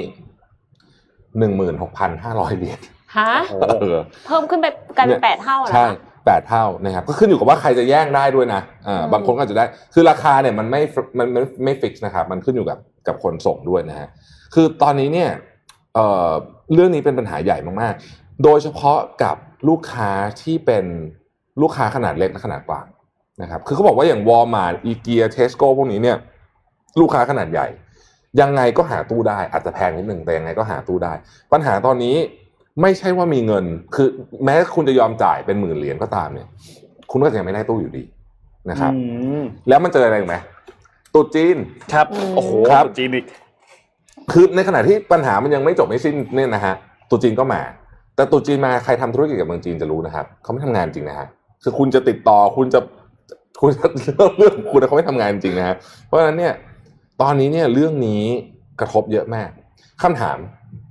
16,500 เหรียญฮะเพิ่มขึ้นไปกัน8เท่าแล้วใช่8เท่านะครับก็ขึ้นอยู่กับว่าใครจะแย่งได้ด้วยนะบางคนก็จะได้คือราคาเนี่ยมันไม่ฟิกซ์นะครับมันขึ้นอยู่กับคนส่งด้วยนะฮะคือตอนนี้เนี่ยเรื่องนี้เป็นปัญหาใหญ่มากๆโดยเฉพาะกับลูกค้าที่เป็นลูกค้าขนาดเล็กและขนาดกลางนะครับคือเขาบอกว่าอย่าง Walmart IKEA Tesco พวกนี้เนี่ยลูกค้าขนาดใหญ่ยังไงก็หาตู้ได้อาจจะแพงนิดนึงแต่ยังไงก็หาตู้ได้ปัญหาตอนนี้ไม่ใช่ว่ามีเงินคือแม้คุณจะยอมจ่ายเป็น10,000 เหรียญก็ตามเนี่ยคุณก็ยังไม่ได้ตู้อยู่ดีนะครับแล้วมันเจออะไรไหมตุ๊จีนครับโอ้โหตุ๊จีนอีกคือในขณะที่ปัญหามันยังไม่จบไม่สิ้นเนี่ยนะฮะตุ๊จีนก็มาแต่ตุ๊จีนมาใครทำธุรกิจกับเมืองจีนจะรู้นะครับเขาไม่ทำงานจริงนะฮะคือคุณจะติดต่อคุณจะเรื่องคุณเขาไม่ทำงานจริงนะฮะเพราะฉะนั้นเนี่ยตอนนี้เนี่ยเรื่องนี้กระทบเยอะมากคำถาม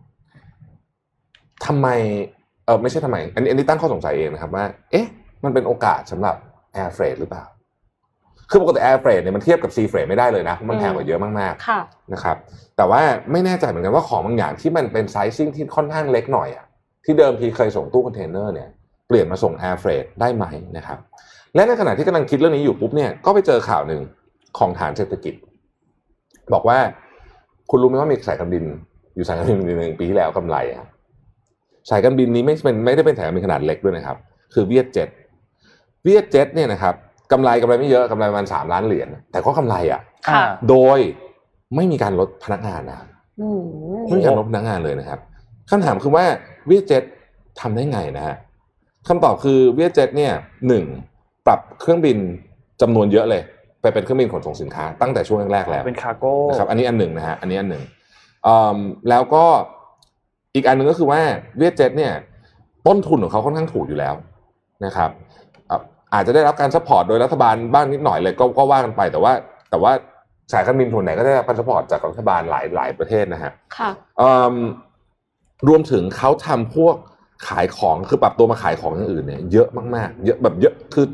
ทำไมไม่ใช่ทำไมอันนี้ตั้งข้อสงสัยเองนะครับว่ามันเป็นโอกาสสำหรับ Air Freight หรือเปล่าคือปกติ Air Freight เนี่ยมันเทียบกับ Sea Freight ไม่ได้เลยนะมันแพงกว่าเยอะมากๆนะครับแต่ว่าไม่แน่ใจเหมือนกันว่าของบางอย่างที่มันเป็นไซซิ่งที่ค่อนข้างเล็กหน่อยอ่ะที่เดิมทีเคยส่งตู้คอนเทนเนอร์เนี่ยเปลี่ยนมาส่ง Air Freight ได้ไหมนะครับและในขณะที่กำลังคิดเรื่องนี้อยู่ปุ๊บเนี่ยก็ไปเจอข่าวหนึ่งของฐานเศรษฐกิจบอกว่าคุณรู้ไหมว่ามีสายการบินอยู่สายการบินหนึ่งปีที่แล้วกำไรอ่ะสายการบินนี้ไม่ได้เป็นสายการบินขนาดเล็กด้วยนะครับคือเวียดเจ็ตเนี่ยนะครับกำไรไม่เยอะกำไรประมาณ3 ล้านเหรียญแต่ก็กำไรอ่ะโดยไม่มีการลดพนักงานนะไม่มีการลดพนักงานเลยนะครับคำถามคือว่าเวียดเจ็ตทำได้ไงนะฮะคำตอบคือเวียดเจ็ตเนี่ย1ปรับเครื่องบินจำนวนเยอะเลยไปเป็นเครื่องบินขนส่งสินค้าตั้งแต่ช่วงแรกๆแล้วเป็นคาร์โก้นะครับอันนี้อันหนึ่งนะฮะอันนี้อันหนึ่งแล้วก็อีกอันนึงก็คือว่าเวียดเจ็ตเนี่ยต้นทุนของเขาค่อนข้างถูกอยู่แล้วนะครับอาจจะได้รับการซัพพอร์ตโดยรัฐบาลบ้างนิดหน่อยเลยก็ว่ากันไปแต่ว่าสายการบินส่วนไหนก็ได้รับการซัพพอร์ตจากรัฐบาลหลายประเทศนะฮะค่ะรวมถึงเขาทำพวกขายของคือปรับตัวมาขายของอย่างอื่นเนี่ยเยอะมากๆเยอะแบบเยอะคือโอ้โห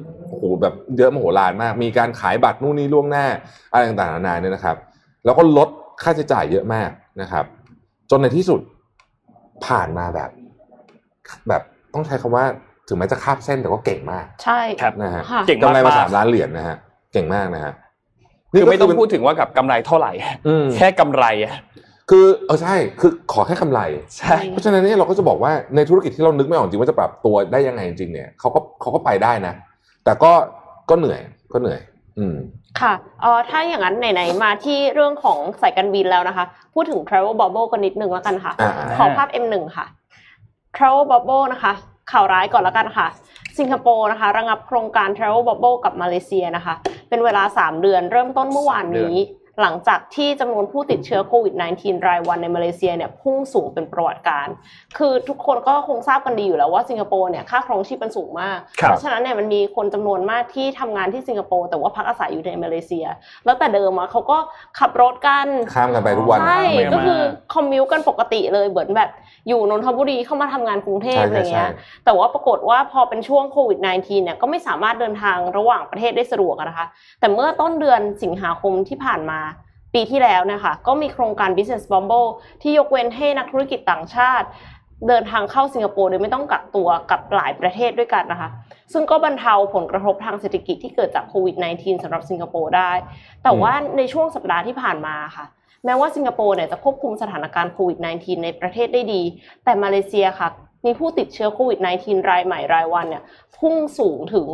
แบบเยอะมโหฬารมากมีการขายบัตรนู่นนี่ล่วงหน้าอะไรต่างๆนานาเนี่ยนะครับแล้วก็ลดค่าใช้จ่ายเยอะมากนะครับจนในที่สุดผ่านมาแบบต้องใช้คำว่าถึงแม้จะคาบเส้นแต่ก็เก่งมากใช่ครับนะฮะเก่งมากกำไรมา3 ล้านเหรียญนะฮะเก่งมากนะฮะคือไม่ต้องพูดถึงว่ากับกำไรเท่าไหร่แค่กำไรคือใช่คือขอแค่กำไรใช่เพราะฉะนั้นเนี่ยเราก็จะบอกว่าในธุรกิจที่เรานึกไม่ออกจริงว่าจะปรับตัวได้ยังไงจริงเนี่ยเขาก็ไปได้นะแต่ก็เหนื่อยค่ะถ้าอย่างนั้นไหนๆมาที่เรื่องของสายการบินแล้วนะคะพูดถึง Travel Bubble กันนิดนึงแล้วกันค่ะขอภาพ M1 ค่ะ Travel Bubble นะคะข่าวร้ายก่อนแล้วกันค่ะสิงคโปร์นะคะระงับโครงการ Travel Bubble กับมาเลเซียนะคะเป็นเวลา3 เดือนเริ่มต้นเมื่อวานนี้หลังจากที่จำนวนผู้ติดเชื้อโควิด -19 รายวันในมาเลเซียเนี่ยพุ่งสูงเป็นประวัติการณ์คือทุกคนก็คงทราบกันดีอยู่แล้วว่าสิงคโปร์เนี่ยค่าครองชีพมันสูงมากเพราะฉะนั้นเนี่ยมันมีคนจำนวนมากที่ทำงานที่สิงคโปร์แต่ว่าพักอาศัยอยู่ในมาเลเซียแล้วแต่เดิมเขาก็ขับรถกันข้ามกันไปทุกวันใช่ก็คือคอมมิวกันปกติเลยเหมือนแบบอยู่นนทบุรีเข้ามาทำงานกรุงเทพอะไรเงี้ยแต่ว่าปรากฏว่าพอเป็นช่วงโควิด -19 เนี่ยก็ไม่สามารถเดินทางระหว่างประเทศได้สะดวกนะคะแต่เมื่อต้นเดือนสิงหาคมที่ผ่านมาปีที่แล้วนะคะก็มีโครงการ Business Bubble ที่ยกเว้นให้นักธุรกิจต่างชาติเดินทางเข้าสิงคโปร์โดยไม่ต้องกักตัวกับหลายประเทศด้วยกันนะคะซึ่งก็บรรเทาผลกระทบทางเศรษฐกิจที่เกิดจากโควิด -19 สำหรับสิงคโปร์ได้แต่ว่าในช่วงสัปดาห์ที่ผ่านมาค่ะแม้ว่าสิงคโปร์เนี่ยจะควบคุมสถานการณ์โควิด -19 ในประเทศได้ดีแต่มาเลเซียค่ะมีผู้ติดเชื้อโควิด -19 รายใหม่รายวันเนี่ยพุ่งสูงถึง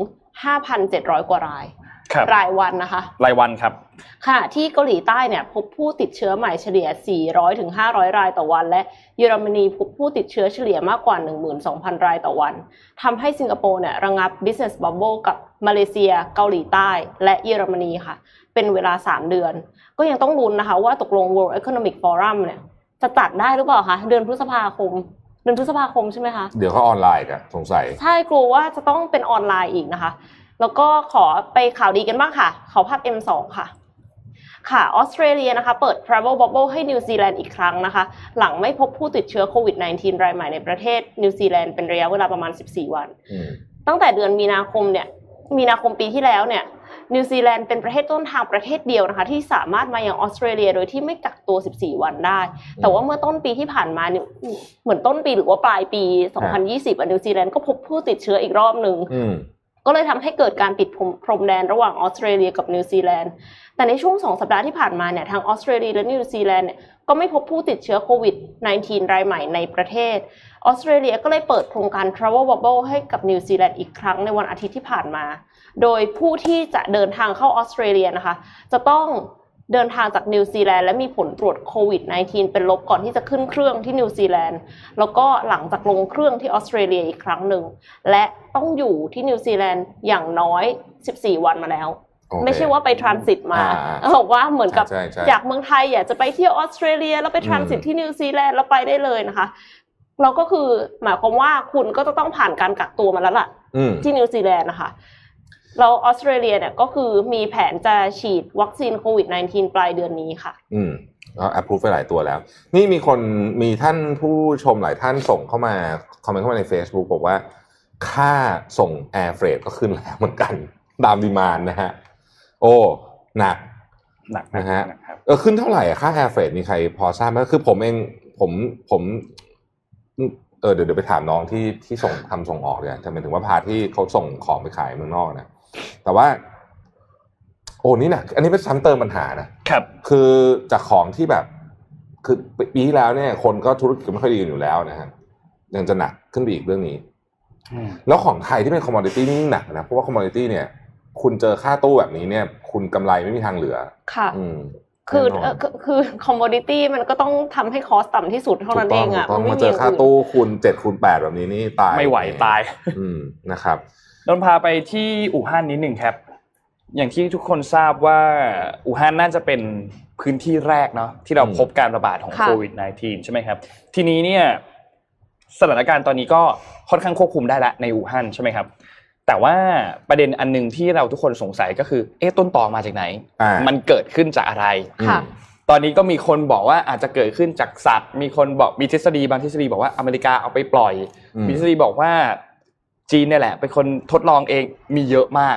5,700 กว่ารายรายวันนะคะรายวันครับขณะที่เกาหลีใต้เนี่ยพบผู้ติดเชื้อใหม่เฉลี่ย400ถึง500รายต่อวันและเยอรมนีพบผู้ติดเชื้อเฉลี่ยมากกว่า 12,000 รายต่อวันทำให้สิงคโปร์เนี่ยระงับ Business Bubble กับมาเลเซียเกาหลีใต้และเยอรมนีค่ะเป็นเวลา3 เดือนก็ยังต้องลุ้นนะคะว่าตกลง World Economic Forum เนี่ยจะจัดได้หรือเปล่าคะเดือนพฤษภาคมใช่ไหมคะเดี๋ยวเขาออนไลน์กันสงสัยใช่กลัวว่าจะต้องเป็นออนไลน์อีกนะคะแล้วก็ขอไปข่าวดีกันบ้างค่ะขอภาพ M2 ค่ะออสเตรเลียนะคะเปิด Travel Bubble ให้นิวซีแลนด์อีกครั้งนะคะหลังไม่พบผู้ติดเชื้อโควิด -19 รายใหม่ในประเทศนิวซีแลนด์เป็นระยะเวลาประมาณ14 วันตั้งแต่เดือนมีนาคมปีที่แล้วเนี่ยนิวซีแลนด์เป็นประเทศต้นทางประเทศเดียวนะคะที่สามารถมายังออสเตรเลียโดยที่ไม่กักตัว14 วันได้แต่ว่าเมื่อต้นปีที่ผ่านมาเหมือนต้นปีหรือว่าปลายปี2020นิวซีแลนด์ก็พบผู้ติดเชื้ออีกรอบนึงก็เลยทำให้เกิดการปิดพรมแดนระหว่างออสเตรเลียกับนิวซีแลนด์แต่ในช่วง2 สัปดาห์ที่ผ่านมาเนี่ยทางออสเตรเลียและนิวซีแลนด์เนี่ยก็ไม่พบผู้ติดเชื้อโควิด -19 รายใหม่ในประเทศออสเตรเลียก็เลยเปิดโครงการ Travel Bubble ให้กับนิวซีแลนด์อีกครั้งในวันอาทิตย์ที่ผ่านมาโดยผู้ที่จะเดินทางเข้าออสเตรเลียนะคะจะต้องเดินทางจากนิวซีแลนด์และมีผลตรวจโควิด -19 เป็นลบก่อนที่จะขึ้นเครื่องที่นิวซีแลนด์แล้วก็หลังจากลงเครื่องที่ออสเตรเลียอีกครั้งหนึ่งและต้องอยู่ที่นิวซีแลนด์อย่างน้อย14 วันมาแล้วไม่ใช่ว่าไปทรานสิตมาบอกว่าเหมือนกับจากเมืองไทยอยากจะไปเที่ยวออสเตรเลียแล้วไปทรานสิตที่นิวซีแลนด์แล้วไปได้เลยนะคะเราก็คือหมายความว่าคุณก็จะต้องผ่านการกักตัวมาแล้วล่ะที่นิวซีแลนด์นะคะเราออสเตรเลียเนี่ยก็คือมีแผนจะฉีดวัคซีนโควิด -19 ปลายเดือนนี้ค่ะก็ approve ไปหลายตัวแล้วนี่มีท่านผู้ชมหลายท่านส่งเข้ามาคอมเมนต์เข้ามาใน Facebook บอกว่าค่าส่ง air freight ก็ขึ้นแล้วเหมือนกันตามดีมานด์นะฮะโอ้หนักนะฮะขึ้นเท่าไหร่ค่า air freight มีใครพอทราบไหมคือผมเองผมเดี๋ยวไปถามน้องที่ส่งออกเลยจะหมายถึงว่าพาที่เขาส่งของไปขายเมืองนอกนะแต่ว่าโอ้นี่หนักอันนี้เป็นซ้ำเติมปัญหานะครับคือจากของที่แบบคือปีที่แล้วเนี่ยคนก็ธุรกิจไม่ค่อยดีอยู่แล้วนะฮะยังจะหนักขึ้นไปอีกเรื่องนี้แล้วของไทยที่เป็นคอมมอดิตี้นี่หนักนะเพราะว่าคอมมอดิตี้เนี่ยคุณเจอค่าตู้แบบนี้เนี่ยคุณกำไรไม่มีทางเหลือค่ะคือคอมมอดิตี้มันก็ต้องทำให้คอสต่ำที่สุดเท่านั้นเองอ่ะต้องมาเจอค่าตู้คูณ7คูณ8แบบนี้นี่ตายไม่ไหวตายนะครับนนพาไปที่อู่ฮั่นนิดนึงครับอย่างที่ทุกคนทราบว่าอู่ฮั่นน่าจะเป็นพื้นที่แรกเนาะที่เราพบการระบาดของโควิด -19 ใช่ไหมครับทีนี้เนี่ยสถานการณ์ตอนนี้ก็ค่อนข้างควบคุมได้แล้วในอู่ฮั่นใช่ไหมครับแต่ว่าประเด็นอันนึงที่เราทุกคนสงสัยก็คือต้นตอมาจากไหนมันเกิดขึ้นจากอะไรตอนนี้ก็มีคนบอกว่าอาจจะเกิดขึ้นจากสัตว์มีคนบอกมีทฤษฎีบางทฤษฎีบอกว่าอเมริกาเอาไปปล่อยมีทฤษฎีบอกว่าจีนเนี่ยแหละเป็นคนทดลองเองมีเยอะมาก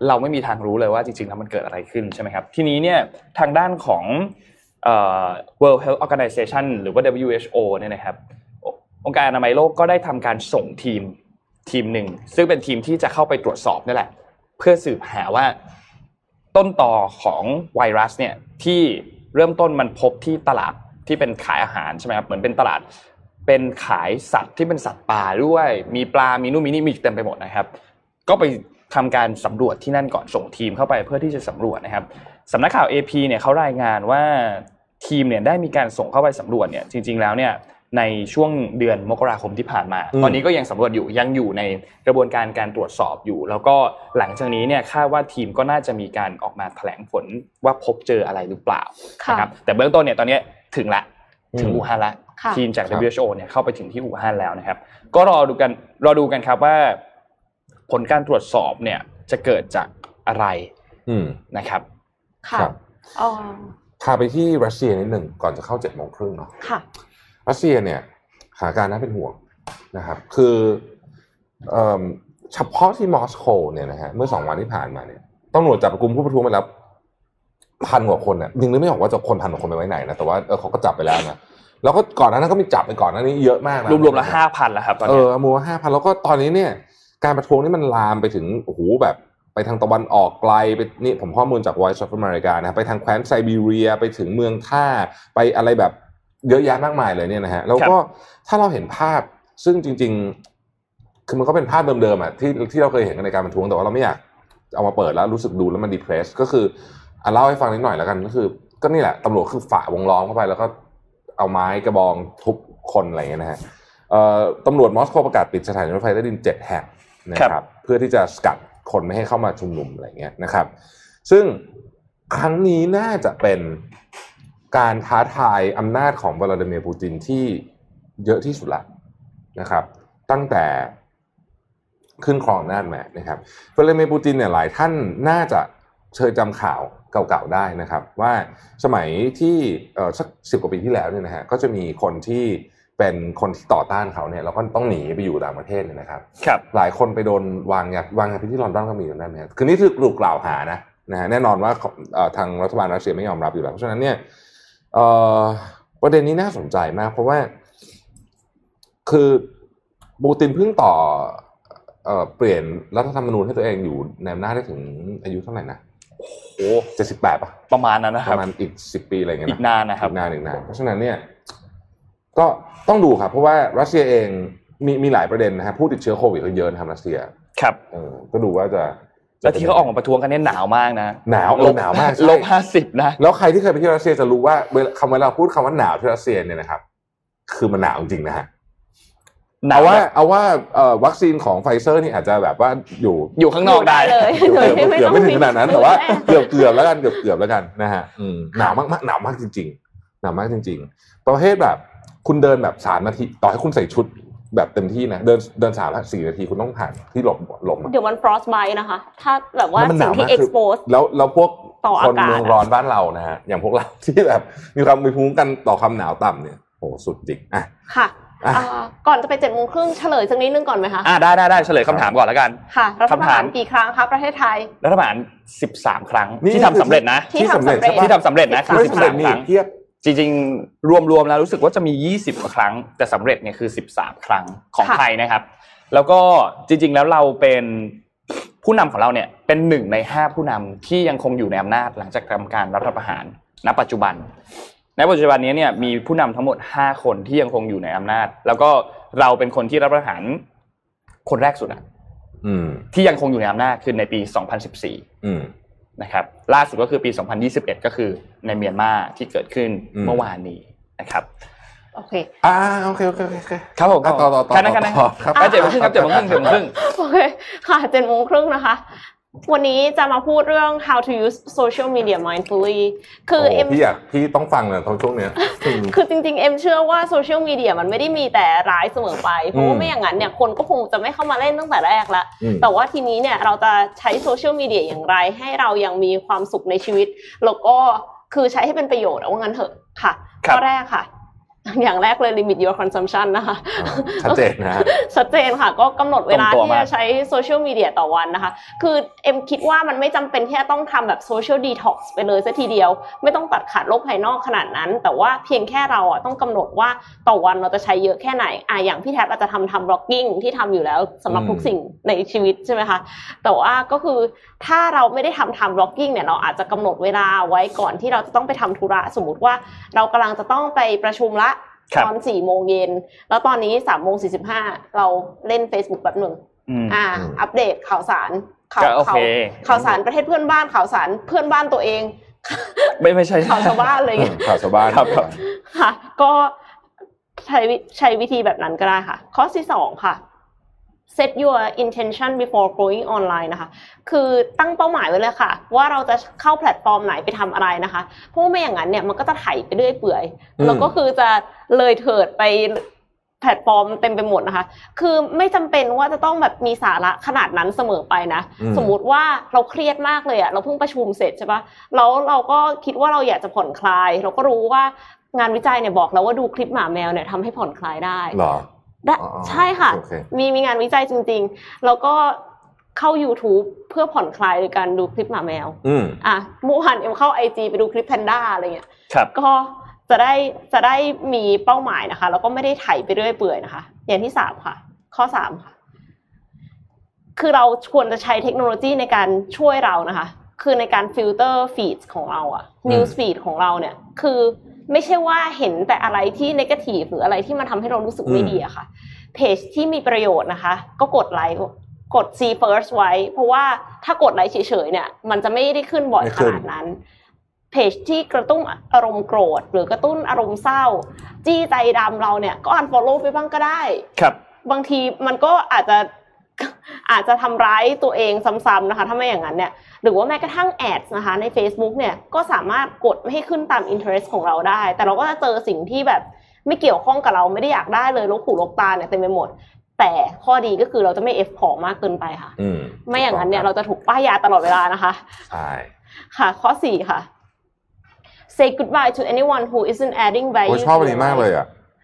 เราไม่มีทางรู้เลยว่าจริงๆแล้วมันเกิดอะไรขึ้นใช่ไหมครับทีนี้เนี่ยทางด้านของWorld Health Organization หรือว่า WHO เนี่ยนะครับองค์การอนามัยโลกก็ได้ทำการส่งทีมหนึ่งซึ่งเป็นทีมที่จะเข้าไปตรวจสอบนี่แหละเพื่อสืบหาว่าต้นตอของไวรัสเนี่ยที่เริ่มต้นมันพบที่ตลาดที่เป็นขายอาหารใช่ไหมครับเหมือนเป็นตลาดเป็นขายสัตว์ที่เป็นสัตว์ป่าด้วยมีปลามีนู่นมีนี่มีเต็มไปหมดนะครับก็ไปทำการสำรวจที่นั่นก่อนส่งทีมเข้าไปเพื่อที่จะสำรวจนะครับสำนักข่าว AP เนี่ยเขารายงานว่าทีมเนี่ยได้มีการส่งเข้าไปสำรวจเนี่ยจริงๆแล้วเนี่ยในช่วงเดือนมกราคมที่ผ่านมาตอนนี้ก็ยังสำรวจอยู่ยังอยู่ในกระบวนการตรวจสอบอยู่แล้วก็หลังจากนี้เนี่ยคาดว่าทีมก็น่าจะมีการออกมาแถลงผลว่าพบเจออะไรหรือเปล่านะครับแต่เบื้องต้นเนี่ยตอนนี้ถึงอู่ฮั่นละทีมจาก WHO เนี่ยเข้าไปถึงที่อู่ฮั่นแล้วนะครับก็รอดูกันครับว่าผลการตรวจสอบเนี่ยจะเกิดจากอะไรนะครับค่ะพาไปที่รัสเซียนิดหนึ่งก่อนจะเข้า 7:30 น.เนาะค่ะรัสเซียเนี่ยสถานการณ์น่าเป็นห่วงนะครับคือเฉพาะที่มอสโกเนี่ยนะฮะเมื่อ2วันที่ผ่านมาเนี่ยตำรวจจับกลุ่มผู้ประท้วงไปแล้ว1,000 กว่าคนเนี่ยนึกไม่ออกว่าจะคน1,000 กว่าคนไปไว้ไหนนะแต่ว่าเขาก็จับไปแล้วนะแล้วก็ก่อนหน้านั้นก็มีจับไปก่อนหน้านี้เยอะมากนะรวมๆแล้ว 5,000 แล้วครับตอนนี้มูลค่า 5,000 แล้วก็ตอนนี้เนี่ยการประท้วงนี่มันลามไปถึงโอ้โหแบบไปทางตะวันออกไกลไปนี่ผมข้อมูลจาก Voice of America นะไปทางแคว้นไซบีเรียไปถึงเมืองท่าไปอะไรแบบเยอะแยะมากมายเลยเนี่ยนะฮะแล้วก็ถ้าเราเห็นภาพซึ่งจริงๆคือมันก็เป็นภาพเดิมๆอ่ะที่เราเคยเห็นกันในการประท้วงแต่ว่าเราไม่อยากเอามาเปิดแล้วรู้สึกดูแล้วมันดีเพรสก็คือเล่าให้ฟังนิดหน่อยแล้วกันก็คือก็นี่แหละตำรวจคือฝ่าวงล้อมเข้าไปแล้วก็เอาไม้กระบองทุบคนอะไรอย่างเงี้ยนะฮะตำรวจมอสโกประกาศปิดสถานีรถไฟใต้ดิน7 แห่งนะครับเพื่อที่จะสกัดคนไม่ให้เข้ามาชุมนุมอะไรเงี้ยนะครับซึ่งครั้งนี้น่าจะเป็นการท้าทายอำนาจของวลาดิเมียร์ปูตินที่เยอะที่สุดละนะครับตั้งแต่ขึ้นครองอำนาจมานะครับวลาดิเมียร์ปูตินเนี่ยหลายท่านน่าจะเคยจำข่าวเก่าๆได้นะครับว่าสมัยที่สัก10 กว่าปีที่แล้วเนี่ยนะฮะก็จะมีคนที่เป็นคนที่ต่อต้านเขาเนี่ยแล้วก็ต้องหนีไปอยู่ต่างประเทศเนี่ยนะครับหลายคนไปโดนวางยาพิษที่ลอนดอนก็มีอยู่นั่นนะครับคือนี่คือถูกกล่าวหานะฮะแน่นอนว่าทางรัฐบาลรัสเซียไม่ยอมรับอยู่แล้วเพราะฉะนั้นเนี่ยประเด็นนี้น่าสนใจมากเพราะว่าคือปูตินเพิ่งเปลี่ยนรัฐธรรมนูญให้ตัวเองอยู่ในอำนาจได้ถึงอายุเท่าไหร่นะโอ้78ป่ะประมาณนั้นนะครับประมาณอีก10 ปีอะไรเงี้ยอีกนานนะครับอีกนานเพราะฉะนั้นเนี่ยก็ต้องดูครับเพราะว่ารัสเซียเองมีหลายประเด็นนะฮะผู้ติดเชื้อโควิดเยอะนะครับรัสเซียครับก็ดูว่าจะแล้วที่เขาออกมาประท้วงกันเนี่ยหนาวมากนะหนาวมาก -50นะแล้วใครที่เคยไปที่รัสเซียจะรู้ว่าเวลาเราพูดคำว่าหนาวที่รัสเซียเนี่ยนะครับคือมันหนาวจริงนะฮะเอาว่าวัคซีนของไฟเซอร์นี่อาจจะแบบว่าอยู่ข้างนอกได้เลยเกือบไม่ถึงขนาดนั้นแต่ว่าเกือบแล้วกันนะฮะหนาวมากจริงๆหนาวมากจริงๆประเภทแบบคุณเดินแบบ3 นาทีต่อให้คุณใส่ชุดแบบเต็มที่นะเดิน3-4 นาทีคุณต้องผ่านที่หลบเดี๋ยวมัน frostbite นะคะถ้าแบบว่าสิ่งที่ expose แล้วพวกคนเมืองร้อนบ้านเรานะฮะอย่างพวกเราที่แบบมีภูมิคุ้มกันต่อความหนาวต่ำเนี่ยโหสุดจริงค่ะก่อนจะไป 7:30 น.เฉลยสักนิดนึงก่อนไหมคะได้เฉลยคำถามก่อนแล้วกันค่ะรัฐประหารกี่ครั้งครับประเทศไทยรัฐประหาร13 ครั้งที่ทำสำเร็จนะที่ทำสำเร็จนะคือ13 ครั้งจริงๆรวมแล้วรู้สึกว่าจะมี20 กว่าครั้งแต่สำเร็จเนี่ยคือ13 ครั้งของไทยนะครับแล้วก็จริงๆแล้วเราเป็นผู้นำของเราเนี่ยเป็น1 ใน 5ผู้นำที่ยังคงอยู่ในอำนาจหลังจากทำการรัฐประหารณปัจจุบันนี้เนี่ยมีผู้นำทั้งหมด5 คนที่ยังคงอยู่ในอำนาจแล้วก็เราเป็นคนที่รัฐประหารคนแรกสุดที่ยังคงอยู่ในอำนาจคือในปี2014นะครับล่าสุดก็คือปี2021ก็คือในเมียนมาที่เกิดขึ้นเมื่อวานนี้นะครับโอเคโอเคครับผมต่อแค่นั้นครับ7:30 น.ครับ7:30 น. โอเคค่ะ7:30 น.นะคะวันนี้จะมาพูดเรื่อง how to use social media mindfully คือพี่ต้องฟังเลยตอนช่วงเนี้ยคือจริงๆเอ็มเชื่อว่าโซเชียลมีเดียมันไม่ได้มีแต่ร้ายเสมอไปเพราะว่าไม่อย่างนั้นเนี่ยคนก็คงจะไม่เข้ามาเล่นตั้งแต่แรกแล้วแต่ว่าทีนี้เนี่ยเราจะใช้โซเชียลมีเดียอย่างไรให้เรายังมีความสุขในชีวิตแล้วก็คือใช้ให้เป็นประโยชน์เอางั้นเถอะค่ะข้อแรกค่ะอย่างแรกเลย limit your consumption นะคะชัดเจนนะชัดเจนค่ะก็กำหนดเวลาที่จะใช้โซเชียลมีเดียต่อวันนะคะคือเอ็มคิดว่ามันไม่จำเป็นที่จะต้องทำแบบ social detox ไปเลยซะทีเดียวไม่ต้องตัดขาดโลกภายนอกขนาดนั้นแต่ว่าเพียงแค่เราต้องกำหนดว่าต่อวันเราจะใช้เยอะแค่ไหนอย่างพี่แท็บอาจจะทำ blogging ที่ทำอยู่แล้วสำหรับทุกสิ่งในชีวิตใช่ไหมคะแต่ว่าก็คือถ้าเราไม่ได้ทำ blogging เนี่ยเราอาจจะกำหนดเวลาไว้ก่อนที่เราจะต้องไปทำธุระสมมุติว่าเรากำลังจะต้องไปประชุมละตอน 4 โมงเย็นแล้วตอนนี้ 3 โมง 45เราเล่น Facebook แบบนึงอัปเดตข่าวสารข่าวสารประเทศเพื่อนบ้านข่าวสารเพื่อนบ้านตัวเองไม่ใช่ข่าวชาวบ้านอะไรเงี้ยข่าวชาวบ้านครับค่ะก็ใช้วิธีแบบนั้นก็ได้ค่ะข้อที่2ค่ะ set your intention before going online นะคะคือตั้งเป้าหมายไว้เลยค่ะว่าเราจะเข้าแพลตฟอร์มไหนไปทำอะไรนะคะเพราะไม่อย่างนั้นเนี่ยมันก็จะไถไปเรื่อยเปื่อยแล้วก็คือจะเลยเถิดไปแพลตฟอร์มเต็มไปหมดนะคะคือไม่จำเป็นว่าจะต้องแบบมีสาระขนาดนั้นเสมอไปนะสมมุติว่าเราเครียดมากเลยเราเพิ่งประชุมเสร็จใช่ปะแล้วเราก็คิดว่าเราอยากจะผ่อนคลายเราก็รู้ว่างานวิจัยเนี่ยบอกแล้วว่าดูคลิปหมาแมวเนี่ยทำให้ผ่อนคลายได้หรอใช่ค่ะมีงานวิจัยจริงๆแล้วก็เข้า YouTube เพื่อผ่อนคลายโดยการดูคลิปหมาแมวเมื่อวานเอ็มเข้า IG ไปดูคลิปแพนด้าอะไรเงี้ยก็จะได้มีเป้าหมายนะคะแล้วก็ไม่ได้ไถไปเรื่อยเปื่อยนะคะอย่างที่3ค่ะข้อ3ค่ะคือเราควรจะใช้เทคโนโลยีในการช่วยเรานะคะคือในการฟิลเตอร์ฟีดของเราNews feed ของเราเนี่ยคือไม่ใช่ว่าเห็นแต่อะไรที่เนกาทีฟหรืออะไรที่มันทำให้เรารู้สึกไม่ดีอะค่ะเพจที่มีประโยชน์นะคะก็กดไลค์กด see first ไว้เพราะว่าถ้ากดไลค์เฉยๆเนี่ยมันจะไม่ได้ขึ้นบ่อยขนาดนั้นเพจที่กระตุ้นอารมณ์โกรธหรือกระตุ้นอารมณ์เศร้าจี้ใจดำเราเนี่ยก็ unfollow ไปบ้างก็ได้ครับบางทีมันก็อาจจะทำร้ายตัวเองซ้ำๆนะคะถ้าไม่อย่างนั้นเนี่ยหรือว่าแม้กระทั่งแอดนะคะใน Facebook เนี่ยก็สามารถกดไม่ให้ขึ้นตาม interest ของเราได้แต่เราก็จะเจอสิ่งที่แบบไม่เกี่ยวข้องกับเราไม่ได้อยากได้เลยลกหูลกตาเนี่ยเต็มไปหมดแต่ข้อดีก็คือเราจะไม่ F ของมากเกินไปค่ะไม่อย่างนั้นเนี่ยเราจะถูกป้ายยาตลอดเวลานะคะใช่ค่ะข้อ4ค่ะ say goodbye to anyone who isn't adding value ชอบอันนี้มากเลย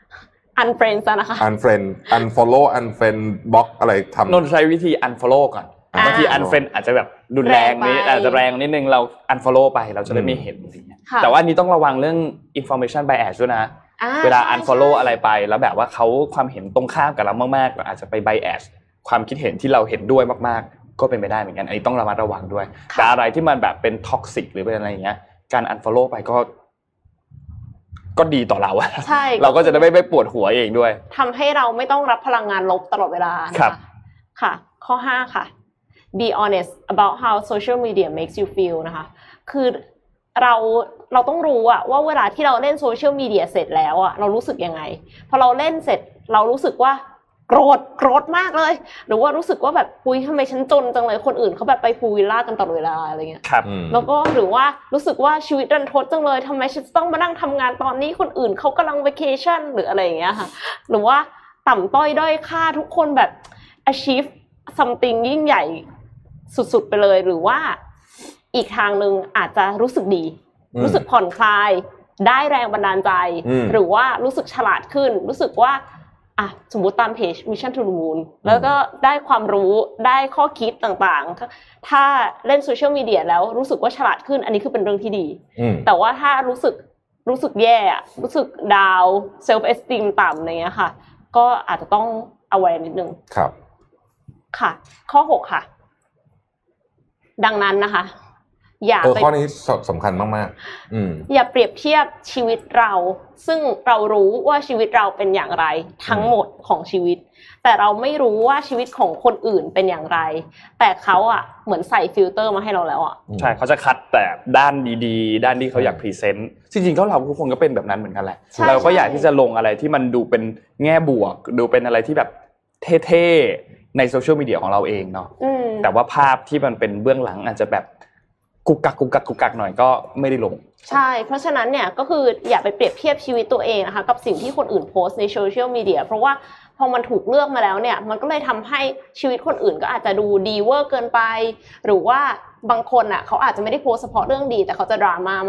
unfriend นะคะ unfollow unfriend block อะไรทำนนใช้วิธี unfollow ก่อนบางที unfriend อาจจะแบบรุนแรงนิดอาจจะแรงนิดนึงเรา unfollow ไปเราจะได้ไม่เห็นอะไรอย่างเงี้ยแต่ว่านี้ต้องระวังเรื่อง information bias ด้วยนะเวลา unfollow อะไรไปแล้วแบบว่าเขาความเห็นตรงข้ามกับเรามากๆอาจจะไป bias ความคิดเห็นที่เราเห็นด้วยมากๆก็เป็นไปได้เหมือนกันอันนี้ต้องระมัดระวังด้วยแต่อะไรที่มันแบบเป็น toxic หรือเป็นอะไรอย่างเงี้ยการ unfollow ไปก็ดีต่อเราอะเราก็จะได้ไม่ปวดหัวเองด้วยทำให้เราไม่ต้องรับพลังงานลบตลอดเวลาค่ะข้อ5ค่ะ be honest about how social media makes you feel นะคะคือเราต้องรู้ว่าเวลาที่เราเล่นโซเชียลมีเดียเสร็จแล้วเรารู้สึกยังไงพอเราเล่นเสร็จเรารู้สึกว่าโกรธมากเลยหรือว่ารู้สึกว่าแบบคุยทำไมฉันจนจังเลยคนอื่นเขาแบบไปพูลวิลล่ากันตลอดเวลาอะไรเงี้ยแล้วก็หรือว่ารู้สึกว่าชีวิตรันทดจังเลยทำไมฉันต้องมานั่งทำงานตอนนี้คนอื่นเขากำลัง vacation หรืออะไรอย่างเงี้ยค่ะหรือว่าต่ำต้อยด้อยค่าทุกคนแบบ achieve something ยิ่งใหญ่สุดๆไปเลยหรือว่าอีกทางนึงอาจจะรู้สึกดีรู้สึกผ่อนคลายได้แรงบันดาลใจหรือว่ารู้สึกฉลาดขึ้นรู้สึกว่าสมมุติตามเพจ Mission to the Moon แล้วก็ได้ความรู้ได้ข้อคิดต่างๆถ้าเล่นโซเชียลมีเดียแล้วรู้สึกว่าฉลาดขึ้นอันนี้คือเป็นเรื่องที่ดีแต่ว่าถ้ารู้สึกแย่รู้สึกดาวเซลฟ์เอสติมต่ำอะไรเงี้ยค่ะก็อาจจะต้องเอาไว้นิดนึงครับค่ะข้อ6ค่ะดังนั้นนะคะอย่าไปข้อนี้สำคัญมากๆอย่าเปรียบเทียบชีวิตเราซึ่งเรารู้ว่าชีวิตเราเป็นอย่างไรทั้งหมดของชีวิตแต่เราไม่รู้ว่าชีวิตของคนอื่นเป็นอย่างไรแต่เขาเหมือนใส่ฟิลเตอร์มาให้เราแล้วใช่เขาจะคัดแต่ด้านดีๆด้านที่เขาอยากพรีเซนต์จริงๆเราทุกคนก็เป็นแบบนั้นเหมือนกันแหละเราก็อยากที่จะลงอะไรที่มันดูเป็นแง่บวกดูเป็นอะไรที่แบบเท่ๆในโซเชียลมีเดียของเราเองเนาะแต่ว่าภาพที่มันเป็นเบื้องหลังอาจจะแบบกุกกักหน่อยก็ไม่ได้ลงใช่เพราะฉะนั้นเนี่ยก็คืออย่าไปเปรียบเทียบชีวิตตัวเองนะคะกับสิ่งที่คนอื่นโพสต์ในโซเชียลมีเดียเพราะว่าพอมันถูกเลือกมาแล้วเนี่ยมันก็เลยทำให้ชีวิตคนอื่นก็อาจจะดูดีเวอร์เกินไปหรือว่าบางคนเขาอาจจะไม่ได้โพสต์เฉพาะเรื่องดีแต่เขาจะดราม่ามาก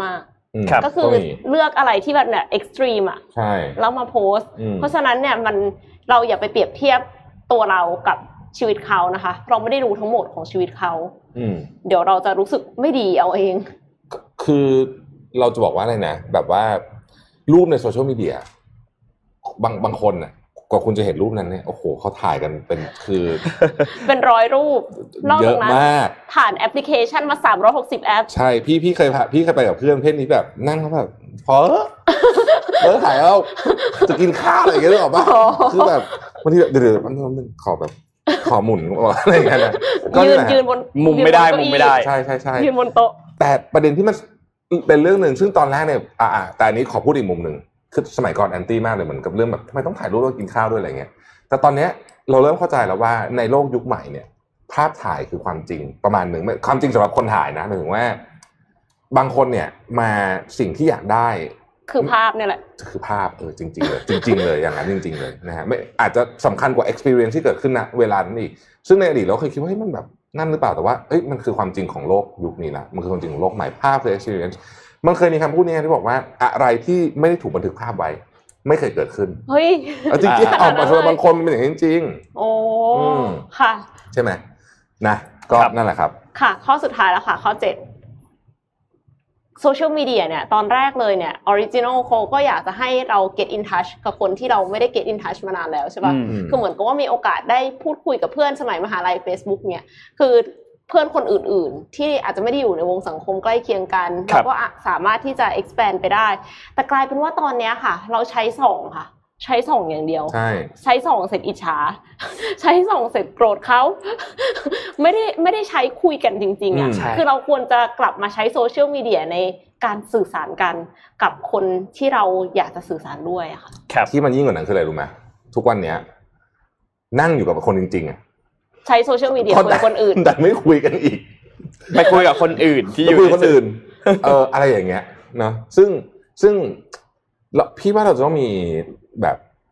ก็คือเลือกอะไรที่แบบเนี่ยเอ็กซ์ตรีมอ่ะใช่แล้วมาโพสต์เพราะฉะนั้นเนี่ยเราอย่าไปเปรียบเทียบตัวเรากับชีวิตเขานะคะเราไม่ได้รู้ทั้งหมดของชีวิตเขาเดี๋ยวเราจะรู้สึกไม่ดีเอาเองคือเราจะบอกว่าอะไรนะแบบว่ารูปในโซเชียลมีเดียบางคนน่ะกว่าคุณจะเห็นรูปนั้นเนี่ยโอ้โหเขาถ่ายกันเป็นเป็น100รูปเยอะมากผ่านแอปพลิเคชันมา360แอปใช่พี่เคยไปกับเพื่อนเพศนี้แบบนั่งเขาแบบพอถ่ายเอาจะกินข้าวอะไรอย่างเงี้ยหรอป่ะคือแบบบางทีเดี๋ยวมันขอหมุนอะไรอย่างเงี้ยนะยืนบนมุมไม่ได้ใช่ยืนบนโต๊ะแต่ประเด็นที่มันเป็นเรื่องนึงซึ่งตอนแรกเนี่ยแต่อันนี้ขอพูดอีกมุมนึงคือสมัยก่อนแอนตี้มากเลยเหมือนกับเรื่องแบบทำไมต้องถ่ายรูปแล้วกินข้าวด้วยอะไรเงี้ยแต่ตอนนี้เราเริ่มเข้าใจแล้วว่าในโลกยุคใหม่เนี่ยภาพถ่ายคือความจริงประมาณหนึ่งความจริงสำหรับคนถ่ายนะหมายถึงว่าบางคนเนี่ยมาสิ่งที่อยากได้คือภาพเนี่ยแหละคือภาพจริงๆเลยจริงๆเลยอย่างนั้นจริงๆเลยนะฮะไม่อาจจะสำคัญกว่า experience ที่เกิดขึ้นณเวลานั้นอีกซึ่งในอดีตเราเคยคิดว่ามันแบบนั่นหรือเปล่าแต่ว่ามันคือความจริงของโลกยุคนี้ละมันคือความจริงของโลกใหม่ภาพคือ experience มันเคยมีคำพูดนี้ที่บอกว่าอะไรที่ไม่ได้ถูกบันทึกภาพไว้ไม่เคยเกิดขึ้นเฮ้ยจริงๆเอามาสำหรับบางคนมันเป็นอย่างนี้จริงโอ้ค่ะใช่ไหมนะก็นั่นแหละครับค่ะข้อสุดท้ายแล้วค่ะข้อ7โซเชียลมีเดียเนี่ยตอนแรกเลยเนี่ยออริจินอลเขาก็อยากจะให้เรา get in touch กับคนที่เราไม่ได้ get in touch มานานแล้วใช่ป่ะคือเหมือนกับว่ามีโอกาสได้พูดคุยกับเพื่อนสมัยมหาลัย Facebook เนี่ยคือเพื่อนคนอื่นๆที่อาจจะไม่ได้อยู่ในวงสังคมใกล้เคียงกันเราก็สามารถที่จะ expand ไปได้แต่กลายเป็นว่าตอนนี้ค่ะเราใช้ส่องค่ะใช้ส่องอย่างเดียวใช้ส่องเสร็จอิจฉาใช้ส่องเสร็จโกรธเขาไม่ได้ใช้คุยกันจริงๆอ่ะคือเราควรจะกลับมาใช้โซเชียลมีเดียในการสื่อสารกันกับคนที่เราอยากจะสื่อสารด้วยอะค่ะที่มันยิ่งกว่านั้นคืออะไรรู้ไหมทุกวันนี้นั่งอยู่กับคนจริงๆอ่ะใช้โซเชียลมีเดียคุยกับคนอื่นแต่ไม่คุยกันอีกไปคุยกับคนอื่นที่อยู่คุยกับคนอื่นอะไรอย่างเงี้ยเนาะซึ่งพี่ว่าเราจะต้องมีแบบ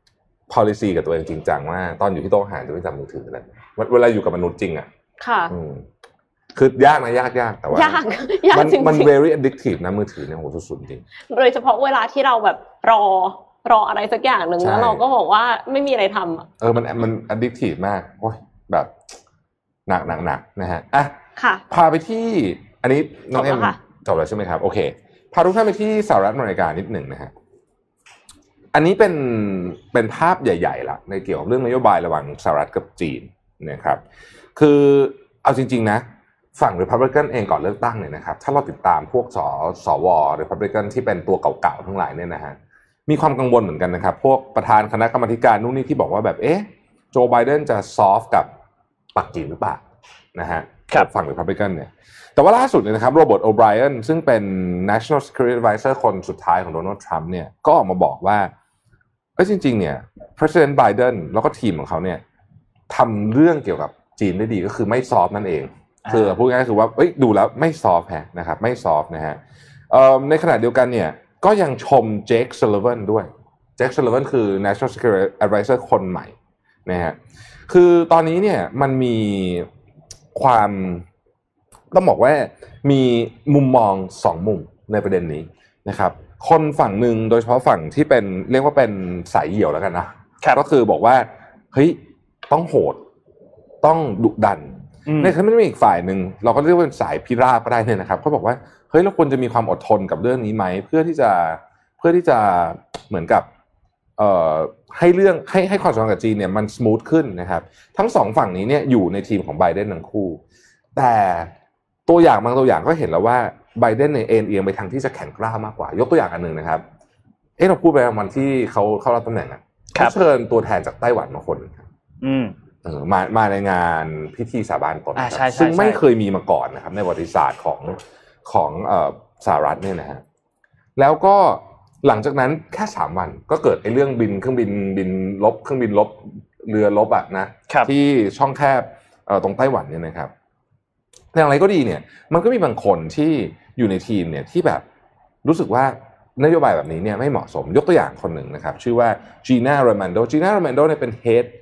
policy กับตัวเองจริงจังว่าตอนอยู่ที่โต๊ะอาหารจะไม่จับมือถืออะไรเวลาอยู่กับมนุษย์จริงอ่ะค่ะคือยากนะยากแต่ว่ายากจริงๆมัน very addictive นะมือถือเนี่ยโหสุดๆจริงโดยเฉพาะเวลาที่เราแบบรออะไรสักอย่างหนึ่งแล้วเราก็บอกว่าไม่มีอะไรทำมัน addictive มากโอ้ยแบบหนักนะฮะค่ะพาไปที่อันนี้น้องเอ็มจบแล้วใช่ไหมครับโอเคพาทุกท่านไปที่สหรัฐอเมริกานิดหนึ่งนะฮะอันนี้เป็นภาพใหญ่ๆละในเกี่ยวกับเรื่องนโยบายระหว่างสหรัฐกับจีนนะครับคือเอาจริงๆนะฝั่ง Republican เองก่อนเลือกตั้งเนี่ยนะครับถ้าเราติดตามพวกสว Republican ที่เป็นตัวเก่าๆทั้งหลายเนี่ยนะฮะมีความกังวลเหมือนกันนะครับพวกประธานคณะกรรมาการนู่นนี่ที่บอกว่าแบบโจไบเดนจะซอฟกับปักกิ่งหรือเปล่านะฮะฝั่ง Republican เนี่ยแต่ว่าล่าสุดเนี่ยนะครับโรเบิร์ตโอไบรอันซึ่งเป็น National Security Advisor คนสุดท้ายของโดนัลด์ทรัมป์เนี่ยก็ออกมาบอกว่าจริงๆเนี่ย President Biden แล้วก็ทีมของเขาเนี่ยทำเรื่องเกี่ยวกับจีนได้ดีก็คือไม่ซอฟนั่นเองคือพูดง่ายๆคือว่าดูแล้วไม่ซอฟนะครับไม่ซอฟนะฮะในขณะเดียวกันเนี่ยก็ยังชมเจคซัลลิวันด้วยเจคซัลลิวันคือ National Security Advisor คนใหม่นะฮะคือตอนนี้เนี่ยมันมีความต้องบอกว่ามีมุมมอง2มุมในประเด็นนี้นะครับคนฝั่งหนึ่งโดยเฉพาะฝั่งที่เป็นเรียกว่าเป็นสายเหี่ยวแล้วกันนะก็คือบอกว่าเฮ้ยต้องโหดต้องดุดันในขณะที่มีอีกฝ่ายหนึ่งเราก็เรียกว่าเป็นสายพิราบก็ได้เนี่ยนะครับเขาบอกว่าเฮ้ยเราควรจะมีความอดทนกับเรื่องนี้ไหมเพื่อที่จะเหมือนกับให้เรื่องให้ความสัมพันธ์กับจีนเนี่ยมันสมูทขึ้นนะครับทั้งสองฝั่งนี้เนี่ยอยู่ในทีมของไบเดนทั้งคู่แต่ตัวอย่างบางตัวอย่างก็เห็นแล้วว่าไบเดนเนี่ยเอียงไปทางที่จะแข็งกร้ามากกว่ายกตัวอย่างอันหนึ่งนะครับเราพูดไปวันที่เขารับตำแหน่งเขาเชิญตัวแทนจากไต้หวันมาคนมาในงานพิธีสาบานตนซึ่งไม่เคยมีมาก่อนนะครับในประวัติศาสตร์ของสหรัฐเนี่ยนะฮะแล้วก็หลังจากนั้นแค่3วันก็เกิดเรื่องเครื่องบินลบเครื่องบินลบเรือลบนะที่ช่องแคบตรงไต้หวันเนี่ยนะครับอย่างไรก็ดีเนี่ยมันก็มีบางคนที่อยู่ในทีมเนี่ยที่แบบรู้สึกว่านโยบายแบบนี้เนี่ยไม่เหมาะสมยกตัวอย่างคนหนึ่งนะครับชื่อว่าจีน่าโรมันโดเนี่ยเป็น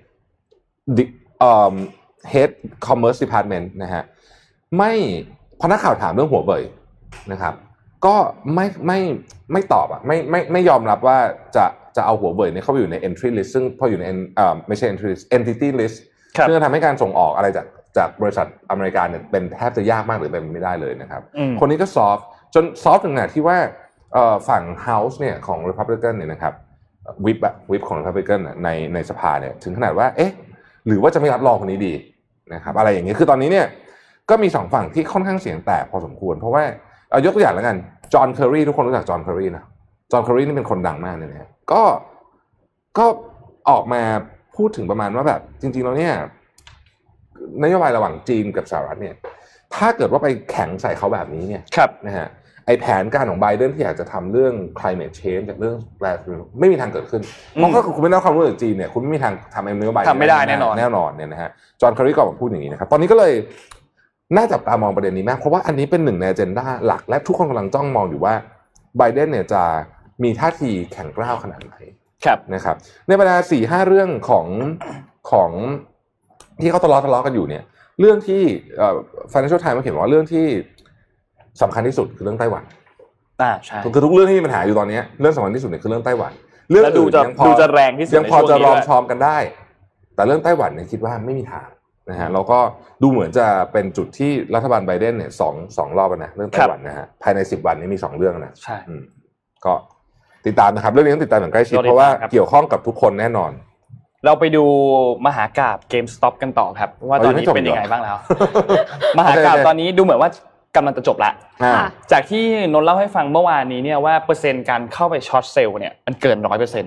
Head Commerce Department นะฮะไม่พอนักข่าวถามเรื่องหัวเว่ยนะครับก็ไม่ตอบอ่ะไม่ยอมรับว่าจะเอาหัวเว่ยเนี่ยเข้าไปอยู่ใน entry list ซึ่งพออยู่ในไม่ใช่ entry list entity list ซึ่งจะทำให้การส่งออกอะไรจากบริษัทอเมริกาเนี่ยเป็นแทบจะยากมากหรือเป็นไม่ได้เลยนะครับคนนี้ก็ซอฟจนซอฟถึงขนาดที่ว่าฝั่ง House เนี่ยของ Republican เนี่ยนะครับวิปของ Republican ในสภาเนี่ยถึงขนาดว่าเอ๊ะหรือว่าจะไม่รับรองคนนี้ดีนะครับอะไรอย่างนี้คือตอนนี้เนี่ยก็มี2ฝั่งที่ค่อนข้างเสียงแตกพอสมควรเพราะว่ายกตัวอย่างแล้วกันจอห์นเคอร์รีทุกคนรู้จักจอห์นเคอร์รีนะจอห์นเคอร์รีนี่เป็นคนดังมากเลยนะก็ออกมาพูดถึงประมาณว่าแบบจริงๆแล้วเนี่ยนโยบายระหว่างจีนกับสหรัฐเนี่ยถ้าเกิดว่าไปแข่งใส่เขาแบบนี้เนี่ยนะฮะไอแผนการของไบเดนที่อยากจะทำเรื่อง climate change จากเรื่องแปลไม่มีทางเกิดขึ้นเพราะถ้าคุณไม่ได้ความรู้จากจีนเนี่ยคุณไม่มีทางทำนโยบายทำไม่ได้แน่นอนเนี่ยนะฮะจอห์นเคอร์รีก็ออกมาพูดอย่างนี้นะครับตอนนี้ก็เลยน่าจับตามองประเด็นนี้มากเพราะว่าอันนี้เป็นหนึ่งในอเจนดาหลักและทุกคนกำลังจ้องมองอยู่ว่าไบเดนเนี่ยจะมีท่าทีแข็งกร้าวขนาดไหนนะครับในบรรดา 4-5 เรื่องของที่เขาทะเลาะกันอยู่เนี่ยเรื่องที่Financial Times เขียนว่าเรื่องที่สำคัญที่สุดคือเรื่องไต้หวันใช่คือทุกเรื่องที่มีปัญหาอยู่ตอนนี้เรื่องสำคัญที่สุดเนี่ยคือเรื่องไต้หวันเรื่องอื่นดูจะแรงที่สุดยังพอจะรอมชอมกันได้แต่เรื่องไต้หวันเนี่ยคิดว่าไม่มีทางนะฮะแล้วก็ดูเหมือนจะเป็นจุดที่รัฐบาลไบเดนเนี่ยสองรอบนะเรื่องไต้หวันนะฮะภายใน10 วันนี้มี2เรื่องนะใช่ก็ติดตามนะครับเรื่องนี้ต้องติดตามอย่างใกล้ชิดเพราะว่าเกี่ยวข้องกับทุกคนแน่นอนเราไปดูมหากาพย์ GameStop กันต่อครับว่าตอนนี้เป็นยังไงบ้างแล้วมหากาพย์ตอนนี้ดูเหมือนว่ากำลังจะจบละจากที่นนท์เล่าให้ฟังเมื่อวานนี้เนี่ยว่าเปอร์เซ็นต์การเข้าไปช็อตเซลล์เนี่ยมันเกิน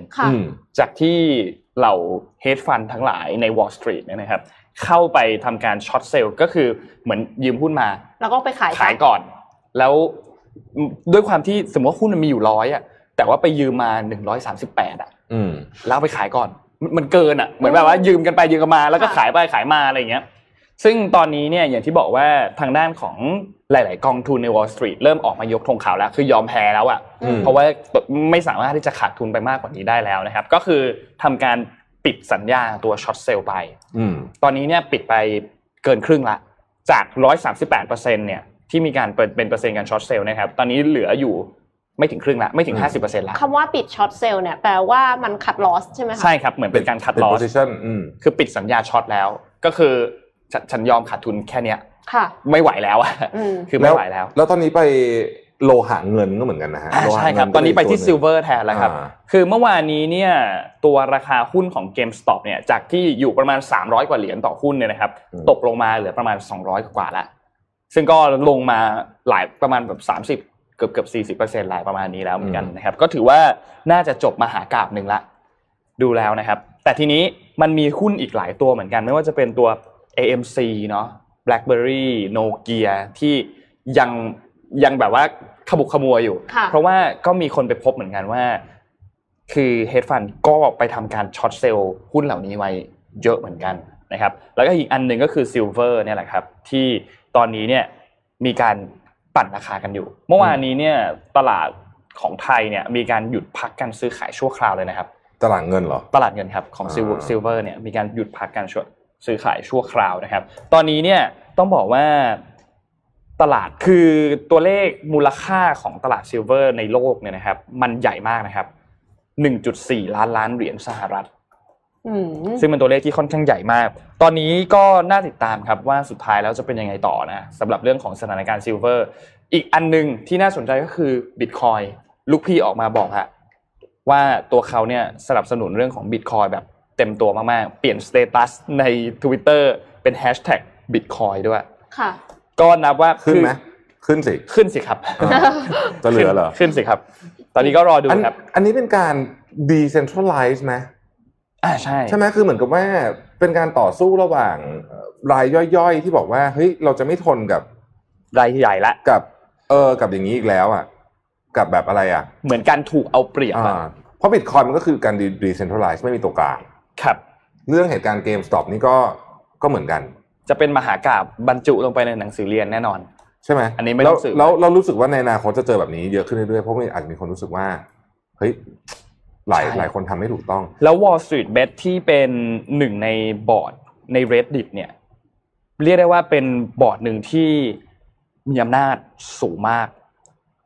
100% จากที่เหล่าเฮดฟันทั้งหลายใน Wall Street เนี่ยนะครับเข้าไปทำการช็อตเซลล์ก็คือเหมือนยืมหุ้นมาแล้วก็ไปขายก่อนแล้วด้วยความที่สมมติว่าหุ้นมันมีอยู่100อ่ะแต่ว่าไปยืมมา138อ่ะแล้วไปขายก่อนมันเกินอ่ะเหมือนแบบว่ายืมกันไปยืมกันมาแล้วก็ขายไปขายมาอะไรอย่างเงี้ยซึ่งตอนนี้เนี่ยอย่างที่บอกว่าทางด้านของหลายๆกองทุนใน Wall Street เริ่มออกมายกธงขาวแล้วคือยอมแพ้แล้วอ่ะเพราะว่าไม่สามารถที่จะขาดทุนไปมากกว่านี้ได้แล้วนะครับก็คือทำการปิดสัญญาตัวช็อตเซลล์ไปตอนนี้เนี่ยปิดไปเกินครึ่งละจาก 138% เนี่ยที่มีการเป็นเปอร์เซ็นต์การช็อตเซลล์นะครับตอนนี้เหลืออยู่ไม่ถึงครึ่งละไม่ถึง 50% ละคำว่าปิดช็อตเซลล์เนี่ยแปลว่ามันคัดลอสใช่ไหมคะใช่ครับเหมือนเป็นการคัดลอสคือปิดสัญญาช็อตแล้วก็คือฉันยอมขาดทุนแค่เนี้ยไม่ไหวแล้วอ่ะคือไม่ไหวแล้วตอนนี้ไปโลหะเงินก็เหมือนกันนะฮะใช่ครับตอนนี้ไปที่ซิลเวอร์แทนแล้วครับคือเมื่อวานนี้เนี่ยตัวราคาหุ้นของ GameStop เนี่ยจากที่อยู่ประมาณ300กว่าเหรียญต่อหุ้นเนี่ยนะครับตกลงมาเหลือประมาณ200กว่าละซึ่งก็ลงมาหลายประมาณแบบ30เกือบ 40% หลายประมาณนี้แล้วเหมือนกันนะครับก็ถือว่าน่าจะจบมหากาพย์นึงละดูแล้วนะครับแต่ทีนี้มันมีหุ้นอีกหลายตัวเหมือนกันไม่ว่าจะเป็นตัว AMC เนาะ BlackBerry Nokia ที่ยังแบบว่าขมุกขมัวอยู่เพราะว่าก็มีคนไปพบเหมือนกันว่าคือเฮดฟันก็ไปทำการช็อตเซลล์หุ้นเหล่านี้ไว้เยอะเหมือนกันนะครับแล้วก็อีกอันนึงก็คือซิลเวอร์เนี่ยแหละครับที่ตอนนี้เนี่ยมีการปั่นราคากันอยู่เมื่อวานนี้เนี่ยตลาดของไทยเนี่ยมีการหยุดพักการซื้อขายชั่วคราวเลยนะครับตลาดเงินเหรอตลาดเงินครับของซิลเวอร์เนี่ยมีการหยุดพักการซื้อขายชั่วคราวนะครับตอนนี้เนี่ยต้องบอกว่าตลาดคือตัวเลขมูลค่าของตลาดซิลเวอร์ในโลกเนี่ยนะครับมันใหญ่มากนะครับ 1.4 ล้านเหรียญสหรัฐซึ่งเป็นตัวเลขที่ค่อนข้างใหญ่มากตอนนี้ก็น่าติดตามครับว่าสุดท้ายแล้วจะเป็นยังไงต่อนะสำหรับเรื่องของสถานการณ์ซิลเวอร์อีกอันนึงที่น่าสนใจก็คือ Bitcoin ลูกพี่ออกมาบอกฮะว่าตัวเขาเนี่ยสนับสนุนเรื่องของ Bitcoin แบบเต็มตัวมากๆเปลี่ยนสเตตัสใน Twitter เป็น #Bitcoin ด้วยค่ะก็นับว่าขึ้นมั้ยขึ้นสิครับจะเหลือเหรอขึ้นสิครับตอนนี้ก็รอดูครับอันนี้เป็นการ decentralize มั้ยใช่ไหมคือเหมือนกับว่าเป็นการต่อสู้ระหว่างรายย่อยๆที่บอกว่าเฮ้ยเราจะไม่ทนกับรายใหญ่ละกับอย่างนี้อีกแล้วอ่ะกับแบบอะไรอ่ะเหมือนการถูกเอาเปรียบเพราะ Bitcoin มันก็คือการ decentralize ไม่มีตัวกลางครับเรื่องเหตุการณ์ GameStop นี่ก็เหมือนกันจะเป็นมหากาพย์บรรจุลงไปในหนังสือเรียนแน่นอนใช่ไหมอันนี้ไม่ต้องสืบแล้วเรารู้สึกว่าในอนาคตจะเจอแบบนี้เยอะขึ้นเรื่อยๆเพราะอาจจะมีคนรู้สึกว่าเฮ้ยหลายคนทำไม่ถูกต้องแล้ว Wall Street Bet ที่เป็นหนึ่งในบอร์ดใน Reddit เนี่ยเรียกได้ว่าเป็นบอร์ดหนึ่งที่มีอำนาจสูงมาก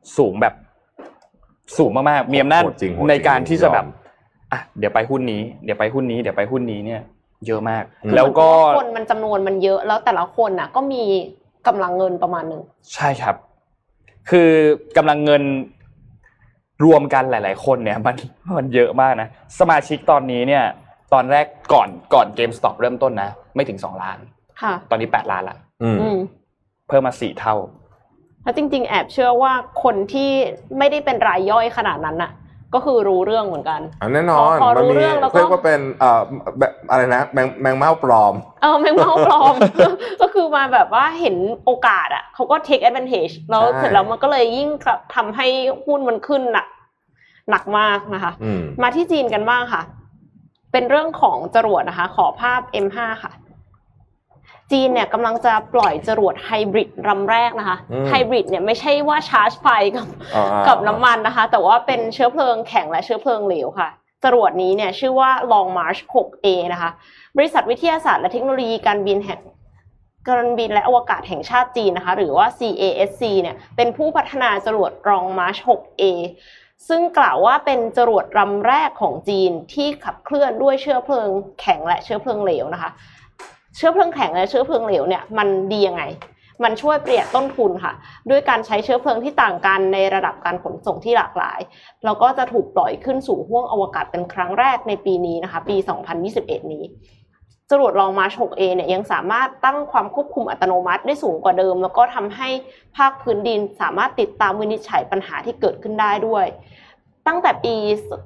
สูงแบบสูงมากๆมีอำนาจในการที่จะแบบอ่ะเดี๋ยวไปหุ้นนี้เดี๋ยวไปหุ้นนี้เดี๋ยวไปหุ้นนี้เนี่ยเยอะมากแล้วก็คนมันจำนวนมันเยอะแล้วแต่ละคนน่ะก็มีกำลังเงินประมาณนึงใช่ครับคือกำลังเงินรวมกันหลายๆคนเนี่ยมันเยอะมากนะสมาชิกตอนนี้เนี่ยตอนแรกก่อน GameStop เริ่มต้นนะไม่ถึง2ล้านค่ะตอนนี้8ล้านละเพิ่มมา4เท่าแล้วจริงๆแอบเชื่อว่าคนที่ไม่ได้เป็นรายย่อยขนาดนั้นน่ะก็คือรู้เรื่องเหมือนกันแน่นอนมันมีเรียกว่าเป็นอะไรนะแมงเม่าปลอมแมงเม่าปลอม ก็คือมาแบบว่าเห็นโอกาสอ่ะเขาก็ take advantage แล้วเสร็จแล้วมันก็เลยยิ่งทำให้หุ้นมันขึ้นหนักมากนะคะมาที่จีนกันบ้างค่ะเป็นเรื่องของจรวดนะคะขอภาพ M5 ค่ะจีนเนี่ยกำลังจะปล่อยจรวดไฮบริดลำแรกนะคะไฮบริดเนี่ยไม่ใช่ว่าชาร์จไฟกับน้ำมันนะคะแต่ว่าเป็นเชื้อเพลิงแข็งและเชื้อเพลิงเหลวค่ะจรวดนี้เนี่ยชื่อว่า Long March 6A นะคะบริษัทวิทยาศาสตร์และเทคโนโลยีการบินและอวกาศแห่งชาติจีนนะคะหรือว่า CASC เนี่ยเป็นผู้พัฒนาจรวด Long March 6A ซึ่งกล่าวว่าเป็นจรวดลำแรกของจีนที่ขับเคลื่อนด้วยเชื้อเพลิงแข็งและเชื้อเพลิงเหลวนะคะเชื้อเพลิงแข็งและเชื้อเพลิงเหลวเนี่ยมันดียังไงมันช่วยประหยัดต้นทุนค่ะด้วยการใช้เชื้อเพลิงที่ต่างกันในระดับการขนส่งที่หลากหลายแล้วก็จะถูกปล่อยขึ้นสู่ห้วงอวกาศเป็นครั้งแรกในปีนี้นะคะปี2021นี้จรวด Long March 6A เนี่ยยังสามารถตั้งความควบคุมอัตโนมัติได้สูงกว่าเดิมแล้วก็ทำให้ภาคพื้นดินสามารถติดตามวินิจฉัยปัญหาที่เกิดขึ้นได้ด้วยตั้งแต่ปี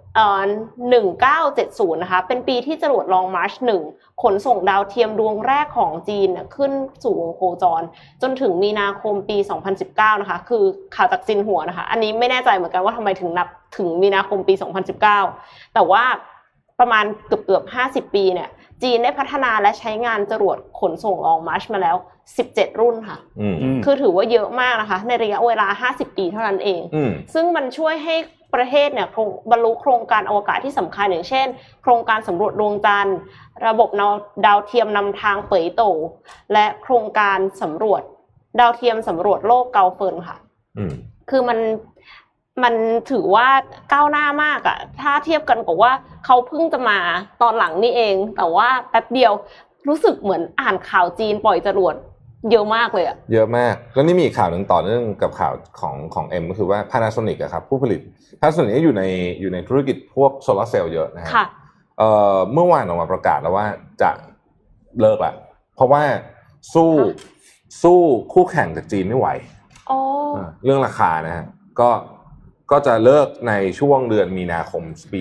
1970นะคะเป็นปีที่จรวด Long March 1ขนส่งดาวเทียมดวงแรกของจีนขึ้นสู่วงโคจรจนถึงมีนาคมปี2019นะคะคือข่าวจากจินหัวนะคะอันนี้ไม่แน่ใจเหมือนกันว่าทำไมถึงนับถึงมีนาคมปี2019แต่ว่าประมาณเกือบ50ปีเนี่ยจีนได้พัฒนาและใช้งานจรวดขนส่ง Long March มาแล้ว17รุ่นค่ะคือถือว่าเยอะมากนะคะในระยะเวลา50ปีเท่านั้นเองซึ่งมันช่วยให้ประเทศเนี่ยบรรลุโครงการอวกาศที่สำคัญอย่างเช่นโครงการสำรวจดวงจันทร์ระบบดาวเทียมนำทางเป๋ยโตและโครงการสำรวจดาวเทียมสำรวจโลกเกาเฟินค่ะคือมันถือว่าก้าวหน้ามากอ่ะถ้าเทียบกันกับว่าเขาเพิ่งจะมาตอนหลังนี่เองแต่ว่าแป๊บเดียวรู้สึกเหมือนอ่านข่าวจีนปล่อยจรวดเยอะมากเลยอ่ะเยอะมากแล้วนี่มีข่าวนึงต่อเนื่องกับข่าวของ M ก็คือว่า Panasonic อ่ะครับผู้ผลิต Panasonic อยู่ในธุรกิจพวกโซลาร์เซลล์เยอะนะฮะเมื่อวานออกมาประกาศแล้วว่าจะเลิกละเพราะว่าสู้คู่แข่งจากจีนไม่ไหวเรื่องราคานะฮะก็จะเลิกในช่วงเดือนมีนาคมปี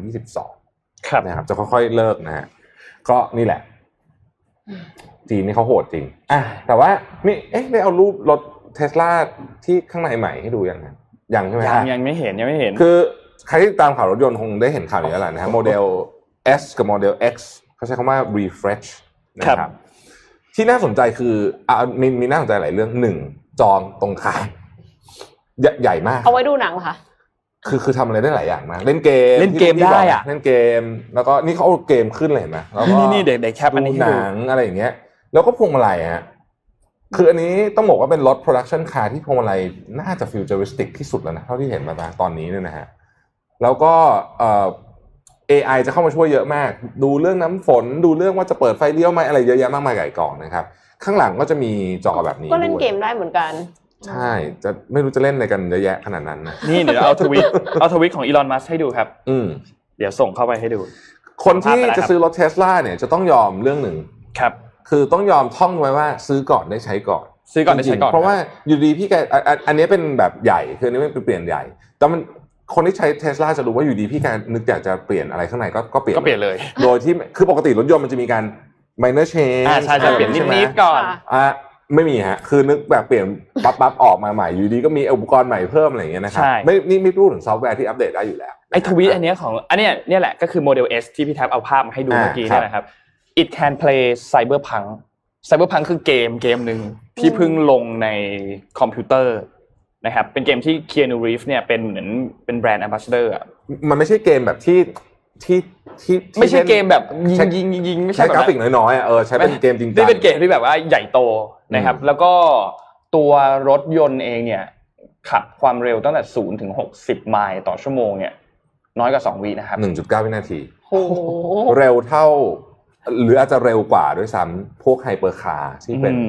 2022ครับนะครับจะค่อยๆเลิกนะฮะก็นี่แหละจีนนี่เขาโหดจริงแต่ว่านี่ได้เอารูปรถ Tesla ที่ข้างในใหม่ให้ดูยังใช่ไหมยังไม่เห็นคือใครที่ตามข่าวรถยนต์คงได้เห็นข่าวนี้แล้วแหละนะฮะโมเดล S กับโมเดล X เขาใช้คำว่า refresh นะครับที่น่าสนใจคือมีน่าสนใจหลายเรื่อง1จอตรงข้ามใหญ่มากเอาไว้ดูหนังเหรอคะคือทำอะไรได้หลายอย่างมากเล่นเกมได้อะเล่นเกมแล้วก็นี่เขาเอาเกมขึ้นเลยเห็นไหมแล้วก็นี่เด็กแคปอันนี้หนังอะไรอย่างเงี้ยแล้วก็พวงมาลัยฮะคืออันนี้ต้องบอกว่าเป็นรถ production car ที่พวงมาลัยน่าจะ futuristic ที่สุดแล้วนะเท่าที่เห็นมาตอนนี้เนี่ยนะฮะแล้วก็AI จะเข้ามาช่วยเยอะมากดูเรื่องน้ำฝนดูเรื่องว่าจะเปิดไฟเลี้ยวไหมอะไรเยอะแยะมากมายไก่กองนะครับข้างหลังก็จะมีจอแบบนี้ก็เล่นเกมได้เหมือนกันใช่จะไม่รู้จะเล่นอะไรกันเยอะแยะขนาดนั้นนะนี่เดี๋ยวเอาทวิตของอีลอนมัสก์ให้ดูครับเดี๋ยวส่งเข้าไปให้ดูคนที่จะซื้อรถ Tesla เนี่ยจะต้องยอมเรื่องหนึ่งครับคือต้องยอมท่องไว้ว่าซื้อก่อนได้ใช้ก่อนเพราะว่าอยู่ดีพี่แกอันนี้เป็นแบบใหญ่คืออันนี้เป็นเปลี่ยนใหญ่แต่มันคนที่ใช้ Tesla จะรู้ว่าอยู่ดีพี่แกนึกอยากจะเปลี่ยนอะไรข้างในก็เปลี่ยนเลยโดยที่คือปกติรถยนต์มันจะมีการ minor change ใช่จะเปลี่ยนนิดๆก่อนไม่มีฮะคือนึกแบบเปลี่ยนปั๊บออกมาใหม่อยู่ดีก็มีอุปกรณ์ใหม่เพิ่มอะไรอย่างเงี้ยนะครับไม่รู้ถึงซอฟต์แวร์ที่อัปเดตได้อยู่แล้วไอ้ทวีตอันนี้ของอันเนี้ยแหละก็คือโมเดล S ที่พี่แท็บเอาภาพมาให้ดูเมื่อกี้เนี่ยนะครับ It can play Cyberpunk คือเกมนึงที่เพิ่งลงในคอมพิวเตอร์นะครับเป็นเกมที่ Keanu Reeves เนี่ยเป็นเหมือนเป็นแบรนด์ Ambassador อ่ะมันไม่ใช่เกมแบบที่ไม่ใช่เกมแบบยิงไม่ใช่กราฟิกน้อยๆใช้เป็นเกมจริงจังนี่เป็นเกมที่แบบว่าใหญ่โตนะครับแล้วก็ตัวรถยนต์เองเนี่ยขับความเร็วตั้งแต่0ถึง60ไมล์ต่อชั่วโมงเนี่ยน้อยกว่า2วินะครับ 1.9 วินาทีโอ้โหเร็วเท่าหรืออาจจะเร็วกว่าด้วยซ้ำพวกไฮเปอร์คาร์ที่เป็น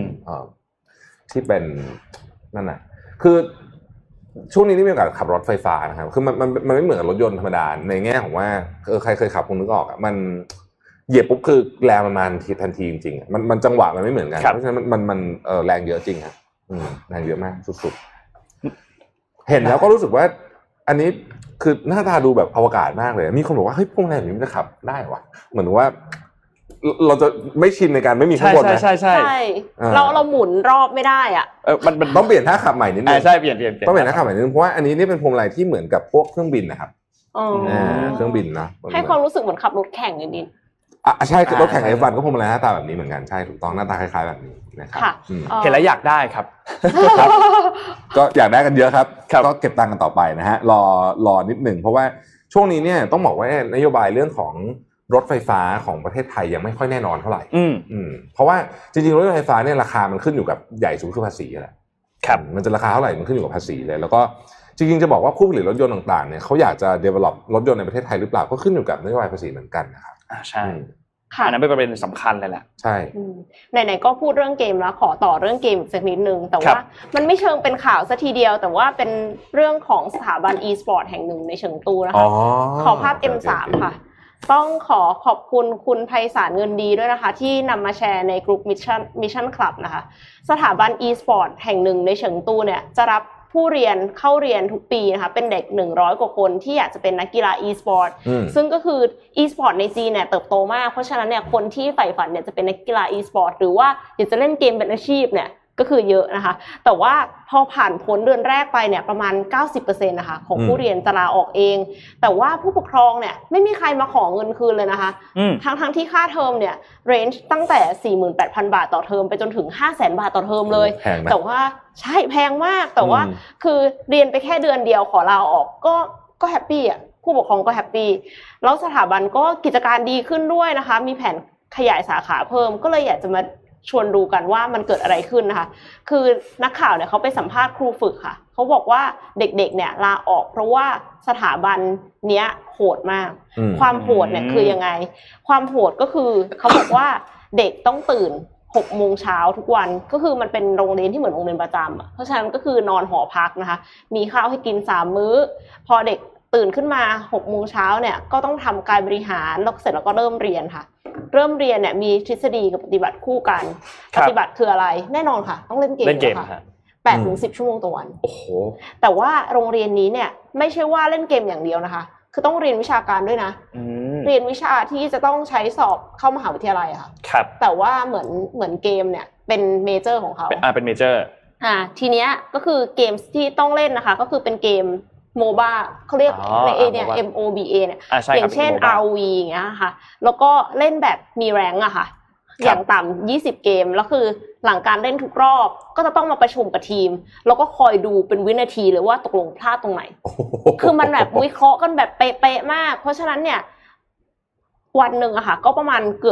นั่นน่ะคือช่วงนี้ที่มีโอกาสขับรถไฟฟ้านะครับคือมันไม่เหมือนกับรถยนต์ธรรมดาในแง่ของว่าใครเคยขับคงนึกออกอ่ะมันเหยียบปุ๊บคือแรงมันมาทันทีจริงๆมันจังหวะมันไม่เหมือนกันเพราะฉะนั้นมันแรงเยอะจริงครับแรงเยอะมากสุดๆเห็นแล้วก็รู้สึกว่าอันนี้คือหน้าตาดูแบบอวกาศมากเลยมีคนบอกว่าเฮ้ยพวกแรงนี้มันจะขับได้วะเหมือนว่าเราจะไม่ชินในการไม่มีข้างบนนะใช่เราหมุนรอบไม่ได้อ่ะมันต้องเปลี่ยนท่าขับใหม่นิดนึงใช่เปลี่ยนต้องเปลี่ยนท่าขับใหม่นิดนึงเพราะว่าอันนี้นี่เป็นพวงมาลัยที่เหมือนกับพวกเครื่องบินนะครับเครื่องบินนะให้ความรู้สึกเหมือนขับรถแข่งนิดใช่รถแข่ง F1 ก็พวงมาลัยหน้าตาแบบนี้เหมือนกันใช่ถูกต้องหน้าตาคล้ายๆแบบนี้นะครับเห็นแล้วอยากได้ครับก็อยากได้กันเยอะครับก็เก็บตังค์กันต่อไปนะฮะรอนิดหนึ่งเพราะว่าช่วงนี้เนี่ยต้องบอกว่านโยบายเรื่องของรถไฟฟ้าของประเทศไทยยังไม่ค่อยแน่นอนเท่าไหร่เพราะว่าจริงๆรถไฟฟ้าเนี่ยราคามันขึ้นอยู่กับใหญ่สุดคือภาษีแหละครับมันจะราคาเท่าไหร่มันขึ้นอยู่กับภาษีเลยแล้วก็จริงๆจะบอกว่าผู้ผลิตรถยนต์ต่างๆเนี่ยเขาอยากจะ develop รถยนต์ในประเทศไทยหรือเปล่าก็ขึ้นอยู่กับนโยบายภาษีเหมือนกันนะครับใช่อันนั้นเป็นประเด็นสำคัญเลยแหละใช่ไหนๆก็พูดเรื่องเกมแล้วขอต่อเรื่องเกมอีกสักนิดนึงแต่ว่ามันไม่เชิงเป็นข่าวซะทีเดียวแต่ว่าเป็นเรื่องของสถาบัน e-sport แห่งหนึ่งในเฉิงตูนะคะขอภาพ M3 ค่ะต้องขอบคุณคุณไพศาลเงินดีด้วยนะคะที่นำมาแชร์ในกลุ่ม Mission Club นะคะสถาบัน e-sport แห่งหนึ่งในเฉิงตูเนี่ยจะรับผู้เรียนเข้าเรียนทุกปีนะคะเป็นเด็ก100กว่าคนที่อยากจะเป็นนักกีฬา e-sport ซึ่งก็คือ e-sport ในจีนเนี่ยเติบโตมากเพราะฉะนั้นเนี่ยคนที่ใฝ่ฝันเนี่ยจะเป็นนักกีฬา e-sport หรือว่าอยากจะเล่นเกมเป็นอาชีพเนี่ยก็คือเยอะนะคะแต่ว่าพอผ่านพ้นเดือนแรกไปเนี่ยประมาณ 90% นะคะของผู้เรียนจะลาออกเองแต่ว่าผู้ปกครองเนี่ยไม่มีใครมาขอเงินคืนเลยนะคะทั้งที่ค่าเทอมเนี่ยเรนจ์ตั้งแต่ 48,000 บาทต่อเทอมไปจนถึง 500,000 บาทต่อเทอมเลยแต่ว่าใช่แพงมากแต่ว่าคือเรียนไปแค่เดือนเดียวขอลาออกก็แฮปปี้อ่ะผู้ปกครองก็แฮปปี้แล้วสถาบันก็กิจการดีขึ้นด้วยนะคะมีแผนขยายสาขาเพิ่มก็เลยอยากจะมาชวนดูกันว่ามันเกิดอะไรขึ้นนะคะคือนักข่าวเนี่ยเขาไปสัมภาษณ์ครูฝึกค่ะเขาบอกว่าเด็กๆเนี่ยลาออกเพราะว่าสถาบันเนี้ยโหดมากความโหดเนี่ยคือยังไงความโหดก็คือเขาบอกว่าเด็กต้องตื่น6 โมงเช้าทุกวันก็คือมันเป็นโรงเรียนที่เหมือนโรงเรียนประจำเพราะฉะนั้นก็คือนอนหอพักนะคะมีข้าวให้กิน3 มื้อพอเด็กตื่นขึ้นมา6 โมงเช้าเนี่ยก็ต้องทำการบริหารแล้วเสร็จแล้วก็เริ่มเรียนค่ะเริ่มเรียนเนี่ยมีทฤษฎีกับปฏิบัติคู่กันปฏิบัติคืออะไรแน่นอนค่ะต้องเล่นเกมค่ะ8 ถึง 10 ชั่วโมงต่อวันโอ้โหแต่ว่าโรงเรียนนี้เนี่ยไม่ใช่ว่าเล่นเกมอย่างเดียวนะคะคือต้องเรียนวิชาการด้วยนะเรียนวิชาที่จะต้องใช้สอบเข้ามหาวิทยาลัยค่ะครับแต่ว่าเหมือนเกมเนี่ยเป็นเมเจอร์ของเขาเป็นเมเจอร์ทีเนี้ยก็คือเกมที่ต้องเล่นนะคะก็คือเป็นเกมโมบ้าเขาเรียกในเนี่ย MOBA เนี่ยอย่างเช่น ROV อย่างเงี้ยค่ะแล้วก็เล่นแบบมีแรงค์อะค่ะอย่างต่ำ20 เกมแล้วคือหลังการเล่นทุกรอบก็จะต้องมาประชุมกับทีมแล้วก็คอยดูเป็นวินาทีเลยว่าตกลงพลาดตรงไหนคือมันแบบวิเคราะห์กันแบบเป๊ะๆมากเพราะฉะนั้นเนี่ยวันนึงอะค่ะก็ประมาณเกือบ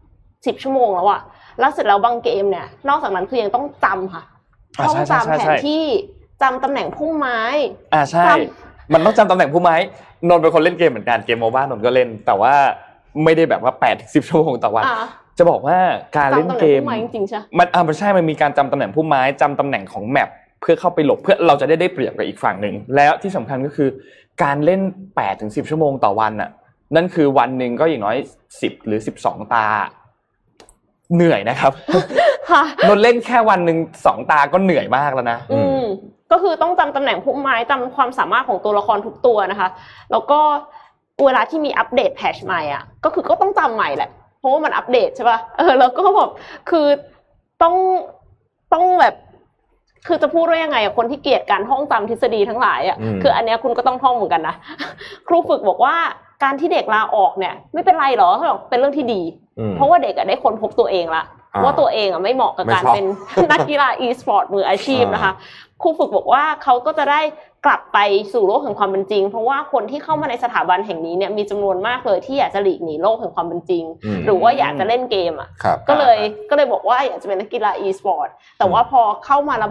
10 ชั่วโมงแล้วอะแล้วเสร็จแล้วบางเกมเนี่ยนอกจากนั้นคือยังต้องจำค่ะต้องจำแผนที่จำตำแหน่งพุ่มไม้ใช่มันต้องจำตำแหน่งพุ่มไม้นนเป็นคนเล่นเกมเหมือนกันเกมโมบ้านนก็เล่นแต่ว่าไม่ได้แบบว่า8-10 ชั่วโมงต่อวันจะบอกว่าการเล่นเกมมันใช่มันมีการจำตำแหน่งพุ่มไม้จำตำแหน่งของแมปเพื่อเข้าไปหลบเพื่อเราจะได้เปรียบกับอีกฝั่งนึงแล้วที่สำคัญก็คือการเล่น8-10 ชั่วโมงต่อวันน่ะนั่นคือวันนึงก็อย่างน้อย10หรือ12 ตาเหนื่อยนะครับนนเล่นแค่วันนึง2 ตาก็เหนื่อยมากแล้วนะก็คือต้องจำตำแหน่งพุ่มไม้จำความสามารถของตัวละครทุกตัวนะคะแล้วก็เวลาที่มีอัปเดตแพทช์ใหม่อ่ะก็คือก็ต้องจำใหม่แหละเพราะว่ามันอัปเดตใช่ป่ะแล้วก็แบบคือต้องแบบคือจะพูดว่ายังไงอ่ะคนที่เกลียดการท่องจำทฤษฎีทั้งหลายอ่ะคืออันเนี้ยคุณก็ต้องท่องเหมือนกันนะครูฝึกบอกว่าการที่เด็กลาออกเนี่ยไม่เป็นไรหรอเขาบอกเป็นเรื่องที่ดีเพราะว่าเด็กอ่ะได้ค้นพบตัวเองละว่าตัวเองอ่ะไม่เหมาะกับการเป็นนักกีฬา e-sport มืออาชีพนะคะครูฝึกบอกว่าเขาก็จะได้กลับไปสู่โลกแห่งความเป็นจริงเพราะว่าคนที่เข้ามาในสถาบันแห่งนี้เนี่ยมีจำนวนมากเลยที่อยากจะหลีกหนีโลกแห่งความเป็นจริงหรือว่าอยากจะเล่นเกมอ่ะก็เลยบอกว่าอยากจะเป็นนักกีฬา e-sport แต่ว่าพอเข้ามาแล้วแบบ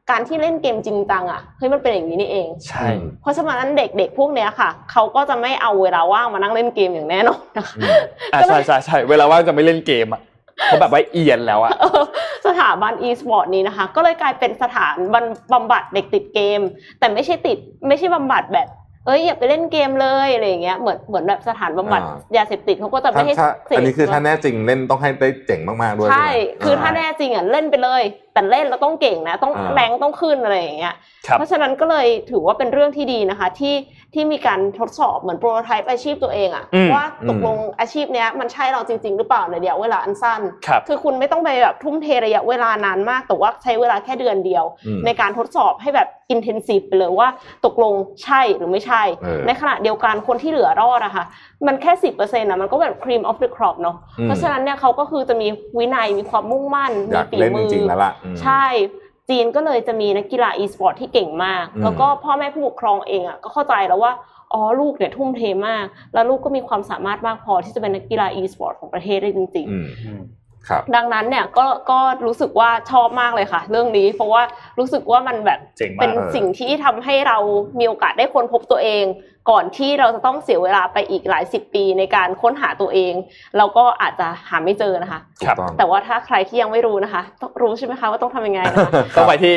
การที่เล่นเกมจริงจังอ่ะเฮ้ยมันเป็นอย่างนี้นี่เองใช่เพราะฉะนั้นเด็กๆพวกเนี้ยค่ะเขาก็จะไม่เอาเวลาว่างมานั่งเล่นเกมอย่างแน่นอนนะคะใช่เวลาว่างจะไม่เล่นเกมอ่ะเขาแบบว่าเอียนแล้วอ่ะสถาบัน e-sport นี้นะคะก็เลยกลายเป็นสถานบำบัดเด็กติดเกมแต่ไม่ใช่บำบัดแบบอย่าไปเล่นเกมเลยอะไรอย่างเงี้ยเหมือนแบบสถานบำบัดยาเสพติดเขาก็จะไม่ให้อันนี้คือถ้าแน่จริงเล่นต้องให้ได้เจ๋งมากๆด้วยใช่คือถ้าแน่จริงอ่ะเล่นไปเลยแต่เล่นแล้วต้องเก่งนะต้องแรงต้องขึ้นอะไรอย่างเงี้ยเพราะฉะนั้นก็เลยถือว่าเป็นเรื่องที่ดีนะคะที่มีการทดสอบเหมือนโปรโตไทป์อาชีพตัวเองอ่ะว่าตกลงอาชีพเนี้ยมันใช่เราจริงๆหรือเปล่าในระยะเวลาอันสั้นคือคุณไม่ต้องไปแบบทุ่มเทระยะเวลานานมากแต่ว่าใช้เวลาแค่เดือนเดียวในการทดสอบให้แบบอินเทนซีฟไปเลยว่าตกลงใช่หรือไม่ใช่ในขณะเดียวกันคนที่เหลือรอดอะค่ะมันแค่ 10% นะมันก็แบบ cream of the crop เนาะเพราะฉะนั้นเนี่ยเขาก็คือจะมีวินัยมีความมุ่งมั่นมีฝีมือใช่จีนก็เลยจะมีนักกีฬา e-sport ที่เก่งมากแล้วก็พ่อแม่ผู้ปกครองเองอะก็เข้าใจแล้วว่าลูกเนี่ยทุ่มเทมากแล้วลูกก็มีความสามารถมากพอที่จะเป็นนักกีฬา e-sport ของประเทศได้จริงๆดังนั้นเนี่ยก็รู้สึกว่าชอบมากเลยค่ะเรื่องนี้เพราะว่ารู้สึกว่ามันแบบเป็นสิ่งที่ทำให้เรามีโอกาสได้ค้นพบตัวเองก่อนที่เราจะต้องเสียเวลาไปอีกหลาย10ปีในการค้นหาตัวเองเราก็อาจจะหาไม่เจอนะคะแต่ว่าถ้าใครที่ยังไม่รู้นะคะต้องรู้ใช่ไหมคะว่าต้องทำยังไงนะคะต้องไปที่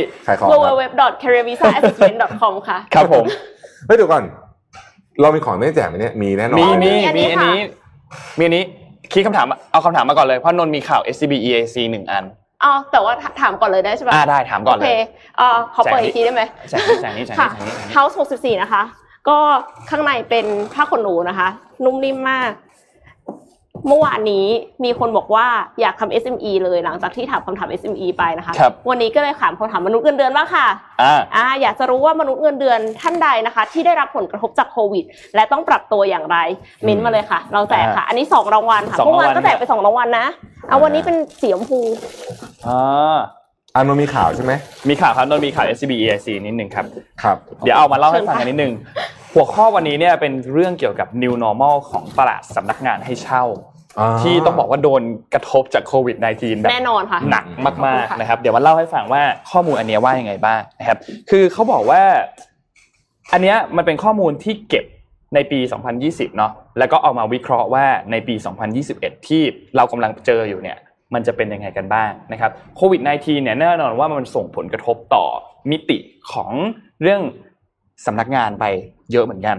www.careervisa.com ค่ะครับผมเดี๋ยวก่อนเรามีของไม่แจกไหมเนี่ยมีแน่นอนมีอันนี้คิดคำถามเอาคำถามมาก่อนเลยเพราะนนมีข่าว SCB EAC 1 อันแต่ว่าถามก่อนเลยได้ใช่ป่ะได้ถามก่อนเลยโอเคขอเปิดอีกทีได้ไหมแสงนี้ House 64นะคะก็ข้างในเป็นผ้าขนหนูนะคะนุ่มนิ่มมากเมื่อวานนี้มีคนบอกว่าอยากทำ SME เลยหลังจากที่ถามคำถาม SME ไปนะคะวันนี้ก็เลยถามคำถามมนุษย์เงินเดือนบ้างค่ะอยากจะรู้ว่ามนุษย์เงินเดือนท่านใดนะคะที่ได้รับผลกระทบจากโควิดและต้องปรับตัวอย่างไรเม้นมาเลยค่ะเราแจกค่ะอันนี้2รางวัลค่ะเมื่อวานก็แจกไป2รางวัลนะวันนี้เป็นสีชมพูนนมีข่าวใช่ไหมมีข่าวครับนนมีข่าว SCB EAC นิดนึงครับเดี๋ยวเอามาเล่าให้ฟังกันนิดนึงหัวข้อวันนี้เนี่ยเป็นเรื่องเกี่ยวกับ New Normal ของตลาดสำนักงานให้เช่าที่ต้องบอกว่าโดนกระทบจากโควิด -19 แบบแน่นอนค่ะหนักมากๆนะครับเดี๋ยวมาเล่าให้ฟังว่าข้อมูลอันนี้ว่ายังไงบ้างนะครับคือเขาบอกว่าอันเนี้ยมันเป็นข้อมูลที่เก็บในปี2020เนาะแล้วก็เอามาวิเคราะห์ว่าในปี2021ที่เรากำลังเจออยู่เนี่ยมันจะเป็นยังไงกันบ้างนะครับโควิด -19 เนี่ยแน่นอนว่ามันส่งผลกระทบต่อมิติของเรื่องสำนักงานไปเยอะเหมือนกัน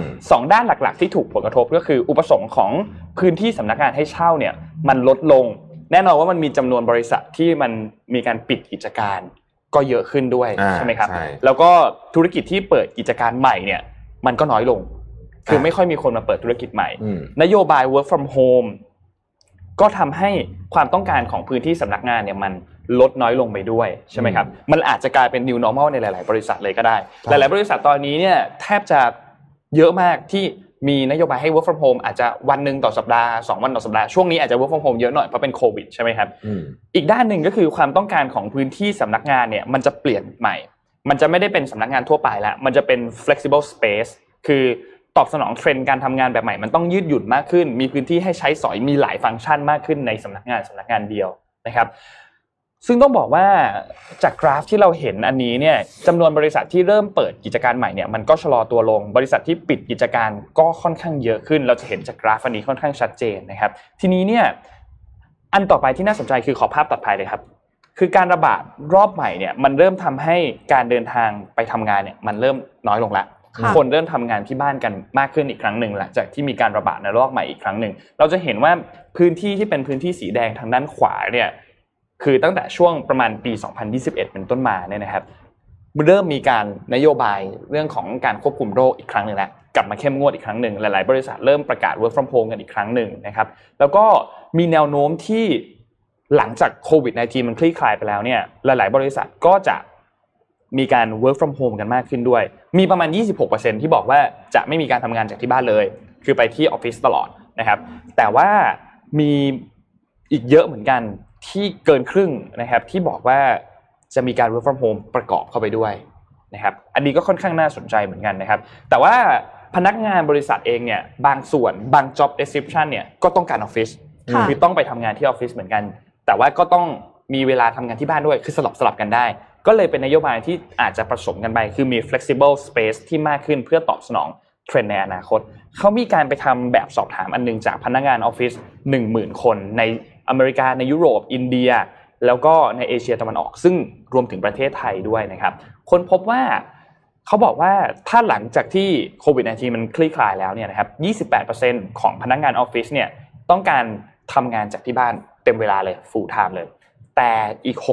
2ด้านหลักๆที่ถูกผลกระทบก็คืออุปสงค์ของพื้นที่สำนักงานให้เช่าเนี่ยมันลดลงแน่นอนว่ามันมีจำนวนบริษัทที่มันมีการปิดกิจการก็เยอะขึ้นด้วยใช่ไหมครับแล้วก็ธุรกิจที่เปิดกิจการใหม่เนี่ยมันก็น้อยลงคือไม่ค่อยมีคนมาเปิดธุรกิจใหม่นโยบาย work from home ก็ทำให้ความต้องการของพื้นที่สำนักงานเนี่ยมันลดน้อยลงไปด้วยใช่ไหมครับมันอาจจะกลายเป็น new normal ในหลายๆบริษัทเลยก็ได้หลายๆบริษัทตอนนี้เนี่ยแทบจะเยอะมากที่มีนโยบายให้ work from home อาจจะวันนึงต่อสัปดาห์2วันต่อสัปดาห์ช่วงนี้อาจจะ work from home เยอะหน่อยเพราะเป็นโควิดใช่ไหมครับอีกด้านหนึ่งก็คือความต้องการของพื้นที่สำนักงานเนี่ยมันจะเปลี่ยนใหม่มันจะไม่ได้เป็นสำนักงานทั่วไปแล้วมันจะเป็น flexible space คือตอบสนองเทรนด์การทำงานแบบใหม่มันต้องยืดหยุ่นมากขึ้นมีพื้นที่ให้ใช้สอยมีหลายฟังก์ชันมากขึ้นในสำนักงานเดียวนะครับซึ่งต้องบอกว่าจากกราฟที่เราเห็นอันนี้เนี่ยจำนวนบริษัทที่เริ่มเปิดกิจการใหม่เนี่ยมันก็ชะลอตัวลงบริษัทที่ปิดกิจการก็ค่อนข้างเยอะขึ้นเราจะเห็นจากกราฟอันนี้ค่อนข้างชัดเจนนะครับทีนี้เนี่ยอันต่อไปที่น่าสนใจคือขอภาพตัดไปเลยครับคือการระบาดรอบใหม่เนี่ยมันเริ่มทำให้การเดินทางไปทำงานเนี่ยมันเริ่มน้อยลงแล้วคนเริ่มทำงานที่บ้านกันมากขึ้นอีกครั้งหนึ่งหลังจากที่มีการระบาดในรอบใหม่อีกครั้งหนึ่งเราจะเห็นว่าพื้นที่ที่เป็นพื้นที่สีแดงทางด้านขวาเนี่ยคือตั้งแต่ช่วงประมาณปี2021เป็นต้นมาเนี่ยนะครับเริ่มมีการนโยบายเรื่องของการควบคุมโรคอีกครั้งนึงแล้วกลับมาเข้มงวดอีกครั้งนึงหลายๆบริษัทเริ่มประกาศ work from home กันอีกครั้งนึงนะครับแล้วก็มีแนวโน้มที่หลังจากโควิด -19 มันคลี่คลายไปแล้วเนี่ยหลายๆบริษัทก็จะมีการ work from home กันมากขึ้นด้วยมีประมาณ 26% ที่บอกว่าจะไม่มีการทำงานจากที่บ้านเลยคือไปที่ออฟฟิศตลอดนะครับแต่ว่ามีอีกเยอะเหมือนกันที่เกินครึ่งนะครับที่บอกว่าจะมีการ work from home ประกอบเข้าไปด้วยนะครับอันนี้ก็ค่อนข้างน่าสนใจเหมือนกันนะครับแต่ว่าพนักงานบริษัทเองเนี่ยบางส่วนบาง job description เนี่ยก็ต้องการออฟฟิศคือต้องไปทำงานที่ออฟฟิศเหมือนกันแต่ว่าก็ต้องมีเวลาทำงานที่บ้านด้วยคือสลับกันได้ก็เลยเป็นนโยบายที่อาจจะผสมกันไปคือมี flexible space ที่มากขึ้นเพื่อตอบสนองเทรนด์ในอนาคตเขามีการไปทำแบบสอบถามอันนึงจากพนักงานออฟฟิศ 10,000 คนในอเมริกาในยุโรปอินเดียแล้วก็ในเอเชียตะวันออกซึ่งรวมถึงประเทศไทยด้วยนะครับคนพบว่าเขาบอกว่าถ้าหลังจากที่โควิด -19 มันคลี่คลายแล้วเนี่ยนะครับ 28% ของพนักงานออฟฟิศเนี่ยต้องการทำงานจากที่บ้านเต็มเวลาเลย full time เลยแต่อีก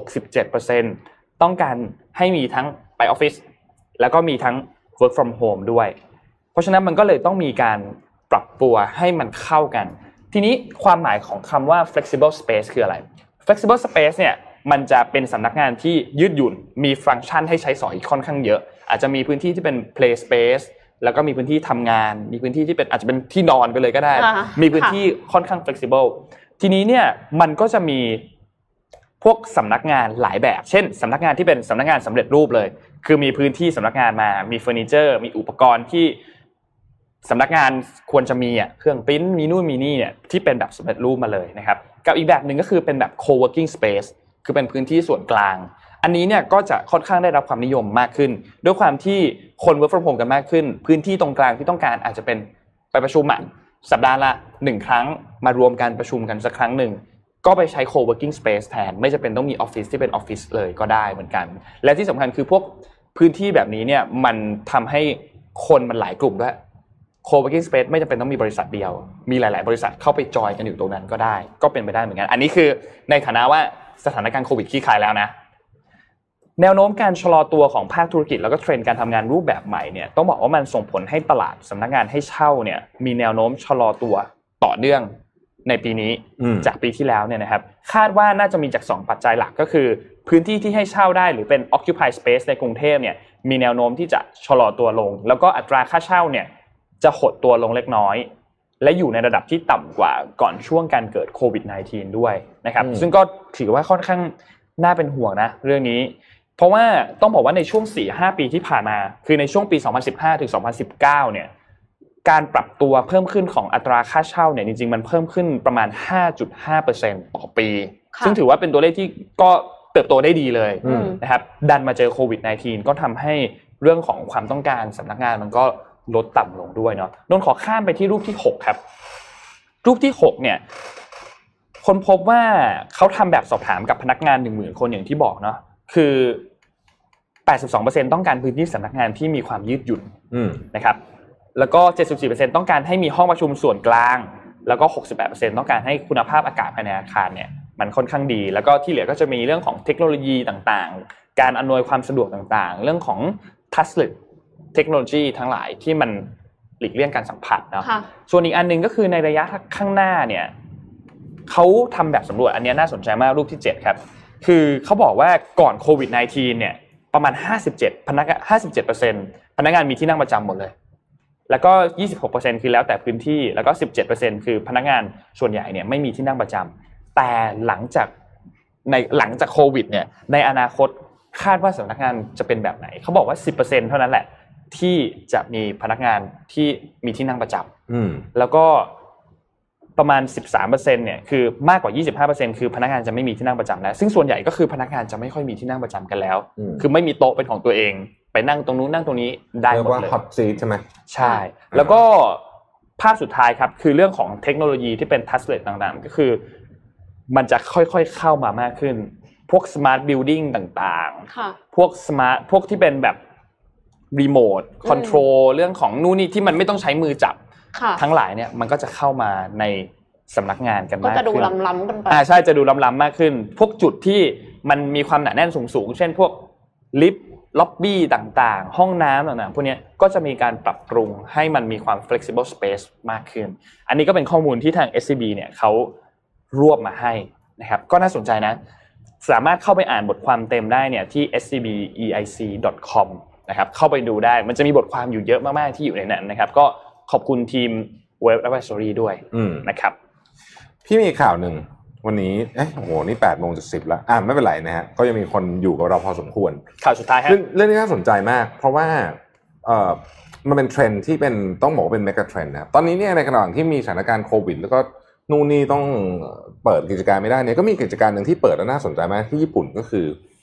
67% ต้องการให้มีทั้งไปออฟฟิศแล้วก็มีทั้ง work from home ด้วยเพราะฉะนั้นมันก็เลยต้องมีการปรับตัวให้มันเข้ากันทีนี้ความหมายของคำว่า flexible space คืออะไร flexible space เนี่ยมันจะเป็นสำนักงานที่ยืดหยุ่นมีฟังก์ชันให้ใช้สอยค่อนข้างเยอะอาจจะมีพื้นที่ที่เป็น play space แล้วก็มีพื้นที่ทำงานมีพื้นที่ที่เป็นอาจจะเป็นที่นอนไปเลยก็ได้มีพื้นที่ค่อนข้าง flexible ทีนี้เนี่ยมันก็จะมีพวกสำนักงานหลายแบบเช่นสำนักงานที่เป็นสำนักงานสำเร็จรูปเลยคือมีพื้นที่สำนักงานมามีเฟอร์นิเจอร์มีอุปกรณ์ที่สำนักงานควรจะมีเครื่องปริ้นมีนู่นมีนี่เนี่ยที่เป็นแบบสำเร็จรูปมาเลยนะครับกับอีกแบบนึงก็คือเป็นแบบ co-working space คือเป็นพื้นที่ส่วนกลางอันนี้เนี่ยก็จะค่อนข้างได้รับความนิยมมากขึ้นด้วยความที่คน work from home กันมากขึ้นพื้นที่ตรงกลางที่ต้องการอาจจะเป็นไปประชุมสัปดาห์ละ1ครั้งมารวมกันประชุมกันสักครั้งนึงก็ไปใช้ co-working space แทนไม่จำเป็นต้องมีออฟฟิศที่เป็นออฟฟิศเลยก็ได้เหมือนกันและที่สำคัญคือพวกพื้นที่แบบนี้เนี่ยมันทำให้คนมันหลายกลุ่มด้วย co-working space ไม่จำเป็นต้องมีบริษัทเดียวมีหลายๆบริษัทเข้าไปจอยกันอยู่ตรงนั้นก็ได้ก็เป็นไปได้เหมือนกันอันนี้คือในฐานะว่าสถานการณ์โควิดคลี่คลายแล้วนะแนวโน้มการชะลอตัวของภาคธุรกิจแล้วก็เทรนด์การทำงานรูปแบบใหม่เนี่ยต้องบอกว่ามันส่งผลให้ตลาดสำนักงานให้เช่าเนี่ยมีแนวโน้มชะลอตัวต่อเนื่องในปีนี้จากปีที่แล้วเนี่ยนะครับคาดว่าน่าจะมีจาก2ปัจจัยหลักก็คือพื้นที่ที่ให้เช่าได้หรือเป็น occupy space ในกรุงเทพเนี่ยมีแนวโน้มที่จะชะลอตัวลงแล้วก็อัตราค่าเช่าเนี่ยจะหดตัวลงเล็กน้อยและอยู่ในระดับที่ต่ำกว่าก่อนช่วงการเกิดโควิด -19 ด้วยนะครับซึ่งก็ถือว่าค่อนข้างน่าเป็นห่วงนะเรื่องนี้เพราะว่าต้องบอกว่าในช่วง 4-5 ปีที่ผ่านมาคือในช่วงปี 2015 ถึง 2019 เนี่ยการปรับตัวเพิ่มขึ้นของอัตราค่าเช่าเนี่ยจริงๆมันเพิ่มขึ้นประมาณ 5.5% ต่อปีซึ่งถือว่าเป็นตัวเลขที่ก็เติบโตได้ดีเลยนะครับดันมาเจอโควิด -19 ก็ทำให้เรื่องของความต้องการสำนักงานมันก็ลดต่ำลงด้วยเนาะนนขอข้ามไปที่รูปที่6ครับรูปที่6เนี่ยคนพบว่าเขาทำแบบสอบถามกับพนักงาน 10,000 คนอย่างที่บอกเนาะคือ 82% ต้องการพื้นที่สำนักงานที่มีความยืดหยุ่นนะครับแล้วก็ 74% ต้องการให้มีห้องประชุมส่วนกลางแล้วก็ 68% ต้องการให้คุณภาพอากาศภายในอาคารเนี่ยมันค่อนข้างดีแล้วก็ที่เหลือก็จะมีเรื่องของเทคโนโลยีต่างๆการอำนวยความสะดวกต่างๆเรื่องของ touchless เทคโนโลยีทั้งหลายที่มันหลีกเลี่ยงการสัมผัสเนาะส่วนอีกอันนึงก็คือในระยะข้างหน้าเนี่ยเขาทำแบบสำรวจอันนี้น่าสนใจมากรูปที่7ครับคือเขาบอกว่าก่อนโควิด -19 เนี่ยประมาณ 57% พนักงานมีที่นั่งประจำหมดเลยแล้วก็ 26% คือแล้วแต่พื้นที่แล้วก็ 17% คือพนักงานส่วนใหญ่เนี่ยไม่มีที่นั่งประจำแต่หลังจากโควิดเนี่ยในอนาคตคาดว่าสำนักงานจะเป็นแบบไหนเขาบอกว่า 10% เท่านั้นแหละที่จะมีพนักงานที่มีที่นั่งประจำแล้วก็ประมาณ 13% เนี่ยคือมากกว่า 25% คือพนักงานจะไม่มีที่นั่งประจำแล้วซึ่งส่วนใหญ่ก็คือพนักงานจะไม่ค่อยมีที่นั่งประจำกันแล้วคือไม่มีโต๊ะเป็นของตัวเองไปนั่งตรงนู้นนั่งตรงนี้ได้หมดเลยเรียกว่า hot seat ใช่ไหมใช่แล้วก็ภาพสุดท้ายครับคือเรื่องของเทคโนโลยีที่เป็น touchless ต่างๆก็คือมันจะค่อยๆเข้ามามากขึ้นพวก smart building ต่างๆพวกที่เป็นแบบรีโมทคอนโทรลเรื่องของนู่นนี่ที่มันไม่ต้องใช้มือจับทั้งหลายเนี่ยมันก็จะเข้ามาในสำนักงานกันมากขึ้นก็จะดูล้ำๆกันไปใช่จะดูล้ำๆมากขึ้นพวกจุดที่มันมีความหนาแน่นสูงๆเช่นพวกลิฟต์ล็อบบี้ต่างๆห้องน้ำต่างๆพวกนี้ก็จะมีการปรับปรุงให้มันมีความ flexible space มากขึ้นอันนี้ก็เป็นข้อมูลที่ทาง SCB เนี่ยเขารวบมาให้นะครับก็น่าสนใจนะสามารถเข้าไปอ่านบทความเต็มได้เนี่ยที่ scbeic.com นะครับเข้าไปดูได้มันจะมีบทความอยู่เยอะมากๆที่อยู่ในนั้นนะครับก็ขอบคุณทีม Web Advisory ด้วยนะครับพี่มีข่าวหนึ่งวันนี้โอ้โหนี่ 8:10 แล้วไม่เป็นไรนะฮะก็ยังมีคนอยู่กับเราพอสมควรข่าวสุดท้ายฮะเรื่องนี้น่าสนใจมากเพราะว่ามันเป็นเทรนด์ที่เป็นต้องบอกว่าเป็นเมกะเทรนด์นะครับตอนนี้เนี่ยในขณะที่มีสถานการณ์โควิดแล้วก็นู่นนี่ต้องเปิดกิจการไม่ได้เนี่ยก็มีกิจการนึงที่เปิดแล้วน่าสนใจมากที่ญี่ปุ่นก็คือ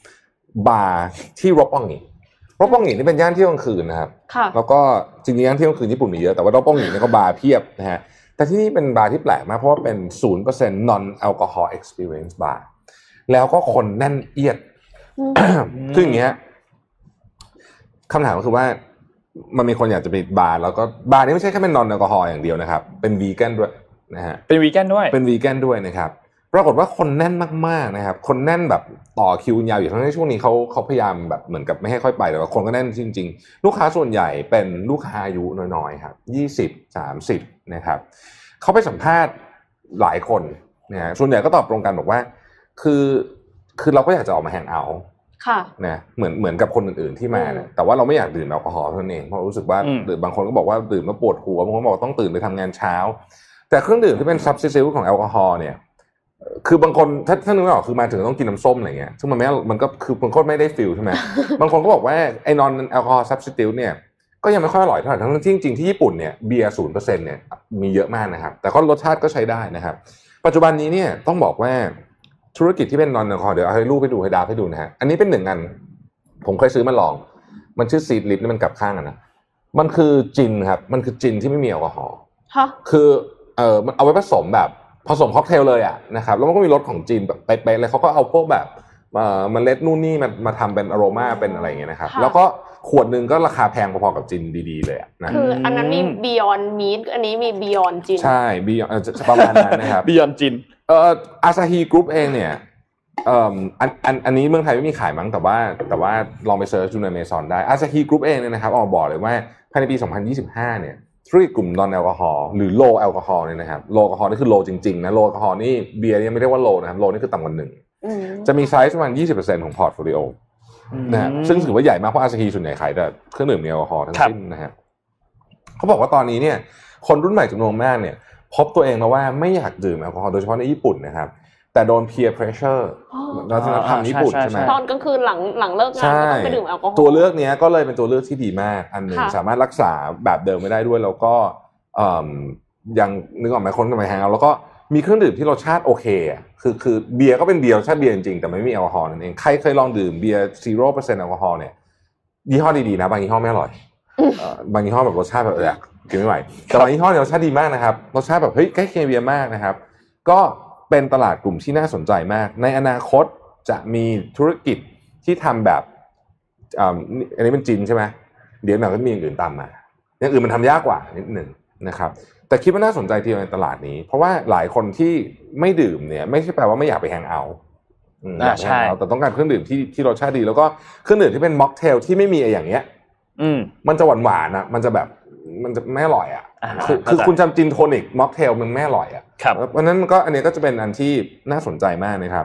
บาร์ที่รบปองหงินี่เป็นย่านเที่ยวกลางคืนนะครับแล้วก็จริงๆย่านเที่ยวกลางคืนญี่ปุ่นมีเยอะแต่ว่ารบปองหงิเนี่ยก็บาร์เพียบนะฮะแต่ที่นี่เป็นบาร์ที่แปลกมากเพราะว่าเป็น 0% non alcohol experience bar แล้วก็คนแน่นเอียดคืออย่างเงี้ยคำถามก็คือว่ามันมีคนอยากจะไปบาร์แล้วก็บาร์นี้ไม่ใช่แค่เป็น non alcohol อย่างเดียวนะครับเป็นวีแกนด้วยนะฮะเป็นวีแกนด้วยนะครับปรากฏว่าคนแน่นมากๆนะครับคนแน่นแบบต่อคิวยาวอยู่ทั้งในช่วงนี้เขาพยายามแบบเหมือนกับไม่ให้ค่อยไปแต่ว่าคนก็แน่นจริงๆลูกค้าส่วนใหญ่เป็นลูกค้าอายุน้อยๆครับ20-30นะครับเขาไปสัมภาษณ์หลายคนนะฮะส่วนใหญ่ก็ตอบตรงกันบอกว่าคือเราก็อยากจะออกมาแฮงเอาท์นะเหมือนกับคนอื่นๆที่มานะแต่ว่าเราไม่อยากดื่มแอลกอฮอล์เท่านั้นเองเพราะรู้สึกว่าหรือบางคนก็บอกว่าดื่มแล้วปวดหัวบางคนบอกต้องตื่นไปทำงานเช้าแต่เครื่องดื่มที่เป็น substitute ของแอลกอฮอล์เนี่ยคือบางคนถ้านึกไม่ออกคือมาถึงต้องกินน้ำส้มอะไรเงี้ยซึ่งมันก็คือบางคนไม่ได้ฟีลใช่ไหม บางคนก็บอกว่าไอ้ non alcohol substitute เนี่ยก็ยังไม่ค่อยอร่อยเท่าไหร่ทั้งที่จริงๆที่ญี่ปุ่นเนี่ยเบียร์ 0% เนี่ยมีเยอะมากนะครับแต่ก็รสชาติก็ใช้ได้นะครับปัจจุบันนี้เนี่ยต้องบอกว่าธุรกิจที่เป็น non alcohol เดี๋ยวเอาให้รูปไปดูให้ดาให้ดูนะฮะอันนี้เป็นหนึ่งอันผมเคยซื้อมาลองมันชื่อซีดลิปนี่มันกลับข้างกันนะมันคือจินครับมันคือจินที่ไม่มีแอลกอฮอล์คือมันเอาไว้ผสมแบบผสมค็อกเทลเลยอ่ะนะครับแล้วมันก็มีรสของจีนแบบเป๊ะๆเลยเขาก็เอาพวกแบบเมล็ดนู่นนี่มาทำเป็นอโรมาเป็นอะไรอย่างเงี้ยนะครับแล้วก็ขวดนึงก็ราคาแพงพอๆกับจีนดีๆเลยนะคืออันนั้นมี Beyond Meat อันนี้มี Beyond จีนใช่ Beyond ประมาณนั้นนะครับ Beyond จีนอาซาฮีกรุ๊ปเองเนี่ยอันนี้เมืองไทยไม่มีขายมั้งแต่ว่าลองไปเซิร์ชดูใน Amazon ได้อาซาฮีกรุ๊ปเองเนี่ยนะครับออกมาบอกเลยว่าภายในปี2025เนี่ยธุรกิจกลุ่ม non alcohol หรือ low alcohol เนี่ยนะครับ low alcohol นี่คือ low จริงๆนะ low alcohol นี่เบียร์ยังไม่เรียกว่า low นะครับ low นี่คือต่ำกว่า1จะมีไซส์ประมาณ 20% ของ portfolio นะฮะซึ่งถือว่าใหญ่มากเพราะอาซาฮีส่วนใหญ่ขายแต่เครื่องดื่มมีแอลกอฮอล์ทั้งสิ้นนะฮะเขาบอกว่าตอนนี้เนี่ยคนรุ่นใหม่จำนวนมากเนี่ยพบตัวเองแล้วว่าไม่อยากดื่มแอลกอฮอล์โดยเฉพาะในญี่ปุ่นนะครับแต่โดน peer pressure เราจะทำญี่ปุ่นใช่ไหมตอนกลางคืนหลังเลิกงานก็ต้องไปดื่มแอลกอฮอล์ตัวเลือกนี้ก็เลยเป็นตัวเลือกที่ดีมากอันหนึ่งสามารถรักษาแบบเดิมไม่ได้ด้วยแล้วก็ยังนึกออกไหมคนทำไมแฮงเอาแล้วก็มีเครื่องดื่มที่รสชาติโอเคอ่ะคือเบียร์ก็เป็นเบียร์รสชาติเบียร์จริงๆแต่ไม่มีแอลกอฮอล์นั่นเองใครเคยลองดื่มเบียร์ 0% แอลกอฮอล์เนี่ยยี่ห้อดีๆนะบางยี่ห้อไม่อร่อยบางยี่ห้อแบบรสชาติแบบกินไม่ไหวแต่บางยี่ห้อเนี่ยรสชาติดีมากนะครับรสชาติแบบเฮ้ยใกล้เคียงเบียร์มากนะครับก็เป็นตลาดกลุ่มที่น่าสนใจมากในอนาคตจะมีธุรกิจที่ทำแบบอันนี้เป็นจีนใช่ไหมเดี๋ยวหน่อยก็มีอย่างอื่นตามมาอย่างอื่นมันทำยากกว่านิดหนึ่งนะครับแต่คิดว่าน่าสนใจทีเดียวในตลาดนี้เพราะว่าหลายคนที่ไม่ดื่มเนี่ยไม่ใช่แปลว่าไม่อยากไปแฮงเอาท์ใช่แต่ต้องการเครื่องดื่มที่รสชาติดีแล้วก็เครื่องดื่มที่เป็นม็อกเทลที่ไม่มีอย่างเงี้ยมันจะหวานๆนะมันจะแบบมันจะไม่อร่อยอ่ะคือคุณจำจินโทนิกม็อกเทลมันไม่อร่อยอ่ะเพราะนั้นก็อันนี้ก็จะเป็นอันที่น่าสนใจมากนะครับ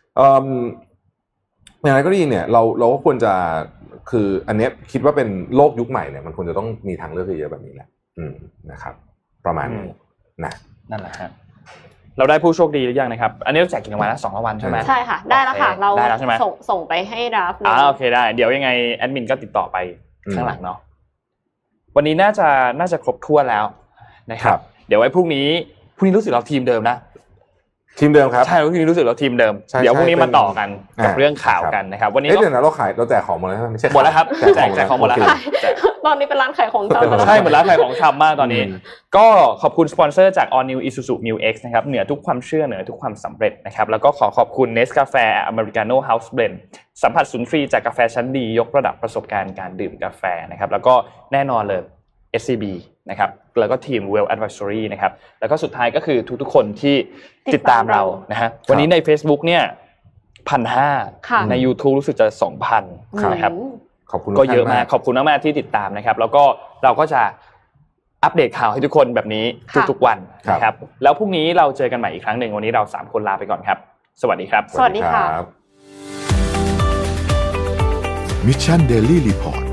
อย่างไรก็ดีเนี่ยเราก็ควรจะคืออันนี้คิดว่าเป็นโลกยุคใหม่เนี่ยมันควรจะต้องมีทางเลือกเยอะแบบนี้แหละนะครับประมาณนี้นั่นแหละฮะเราได้ผู้โชคดีหรือยังนะครับอันนี้เราแจกกี่รางวัลนะ2รางวัลใช่ไหมใช่ค่ะได้แล้วค่ะเราได้แล้วใช่ไหมส่งไปให้รับโอเคได้เดี๋ยวยังไงแอดมินก็ติดต่อไปข้างหลังเนาะวันนี้น่าจะครบถ้วนแล้วนะครับเดี๋ยวไว้พรุ่งนี้รู้สึกเราทีมเดิมนะทีมเดิมครับใช่พรุ่งนี้รู้สึกเราทีมเดิมเดี๋ยวพรุ่งนี้มาต่อกันกับเรื่องข่าวกันนะครับวันนี้เดี๋ยวนะเราแจกของหมดแล้วไม่ใช่หมดแล้วครับแจกของหมดแล้วตอนนี้เป็นร้านขายของชำใช่เหมือนร้านขายของชำมากตอนนี้ก็ขอบคุณสปอนเซอร์จาก All New Isuzu Mu X นะครับเหนือทุกความเชื่อเหนือทุกความสำเร็จนะครับแล้วก็ขอบคุณ Nescafe Americano House Blend สัมผัสศูนย์ฟรีจากกาแฟชั้นดียกระดับประสบการณ์การดื่มกาแฟนะครับแล้วก็แน่นอนเลย SCB นะครับแล้วก็ทีม Well Advisory นะครับแล้วก็สุดท้ายก็คือทุกๆคนที่ติดตามเรานะฮะวันนี้ใน Facebook เนี่ย 1,500 ใน YouTube รู้สึกจะ 2,000 นะครับขอบคุณก็เยอะมากขอบคุณมากๆที่ติดตามนะครับแล้วก็เราก็จะอัปเดตข่าวให้ทุกคนแบบนี้ทุกๆวันนะครับแล้วพรุ่งนี้เราเจอกันใหม่อีกครั้งนึงวันนี้เรา3คนลาไปก่อนครับสวัสดีครับสวัสดีค่ะ Mission Daily Report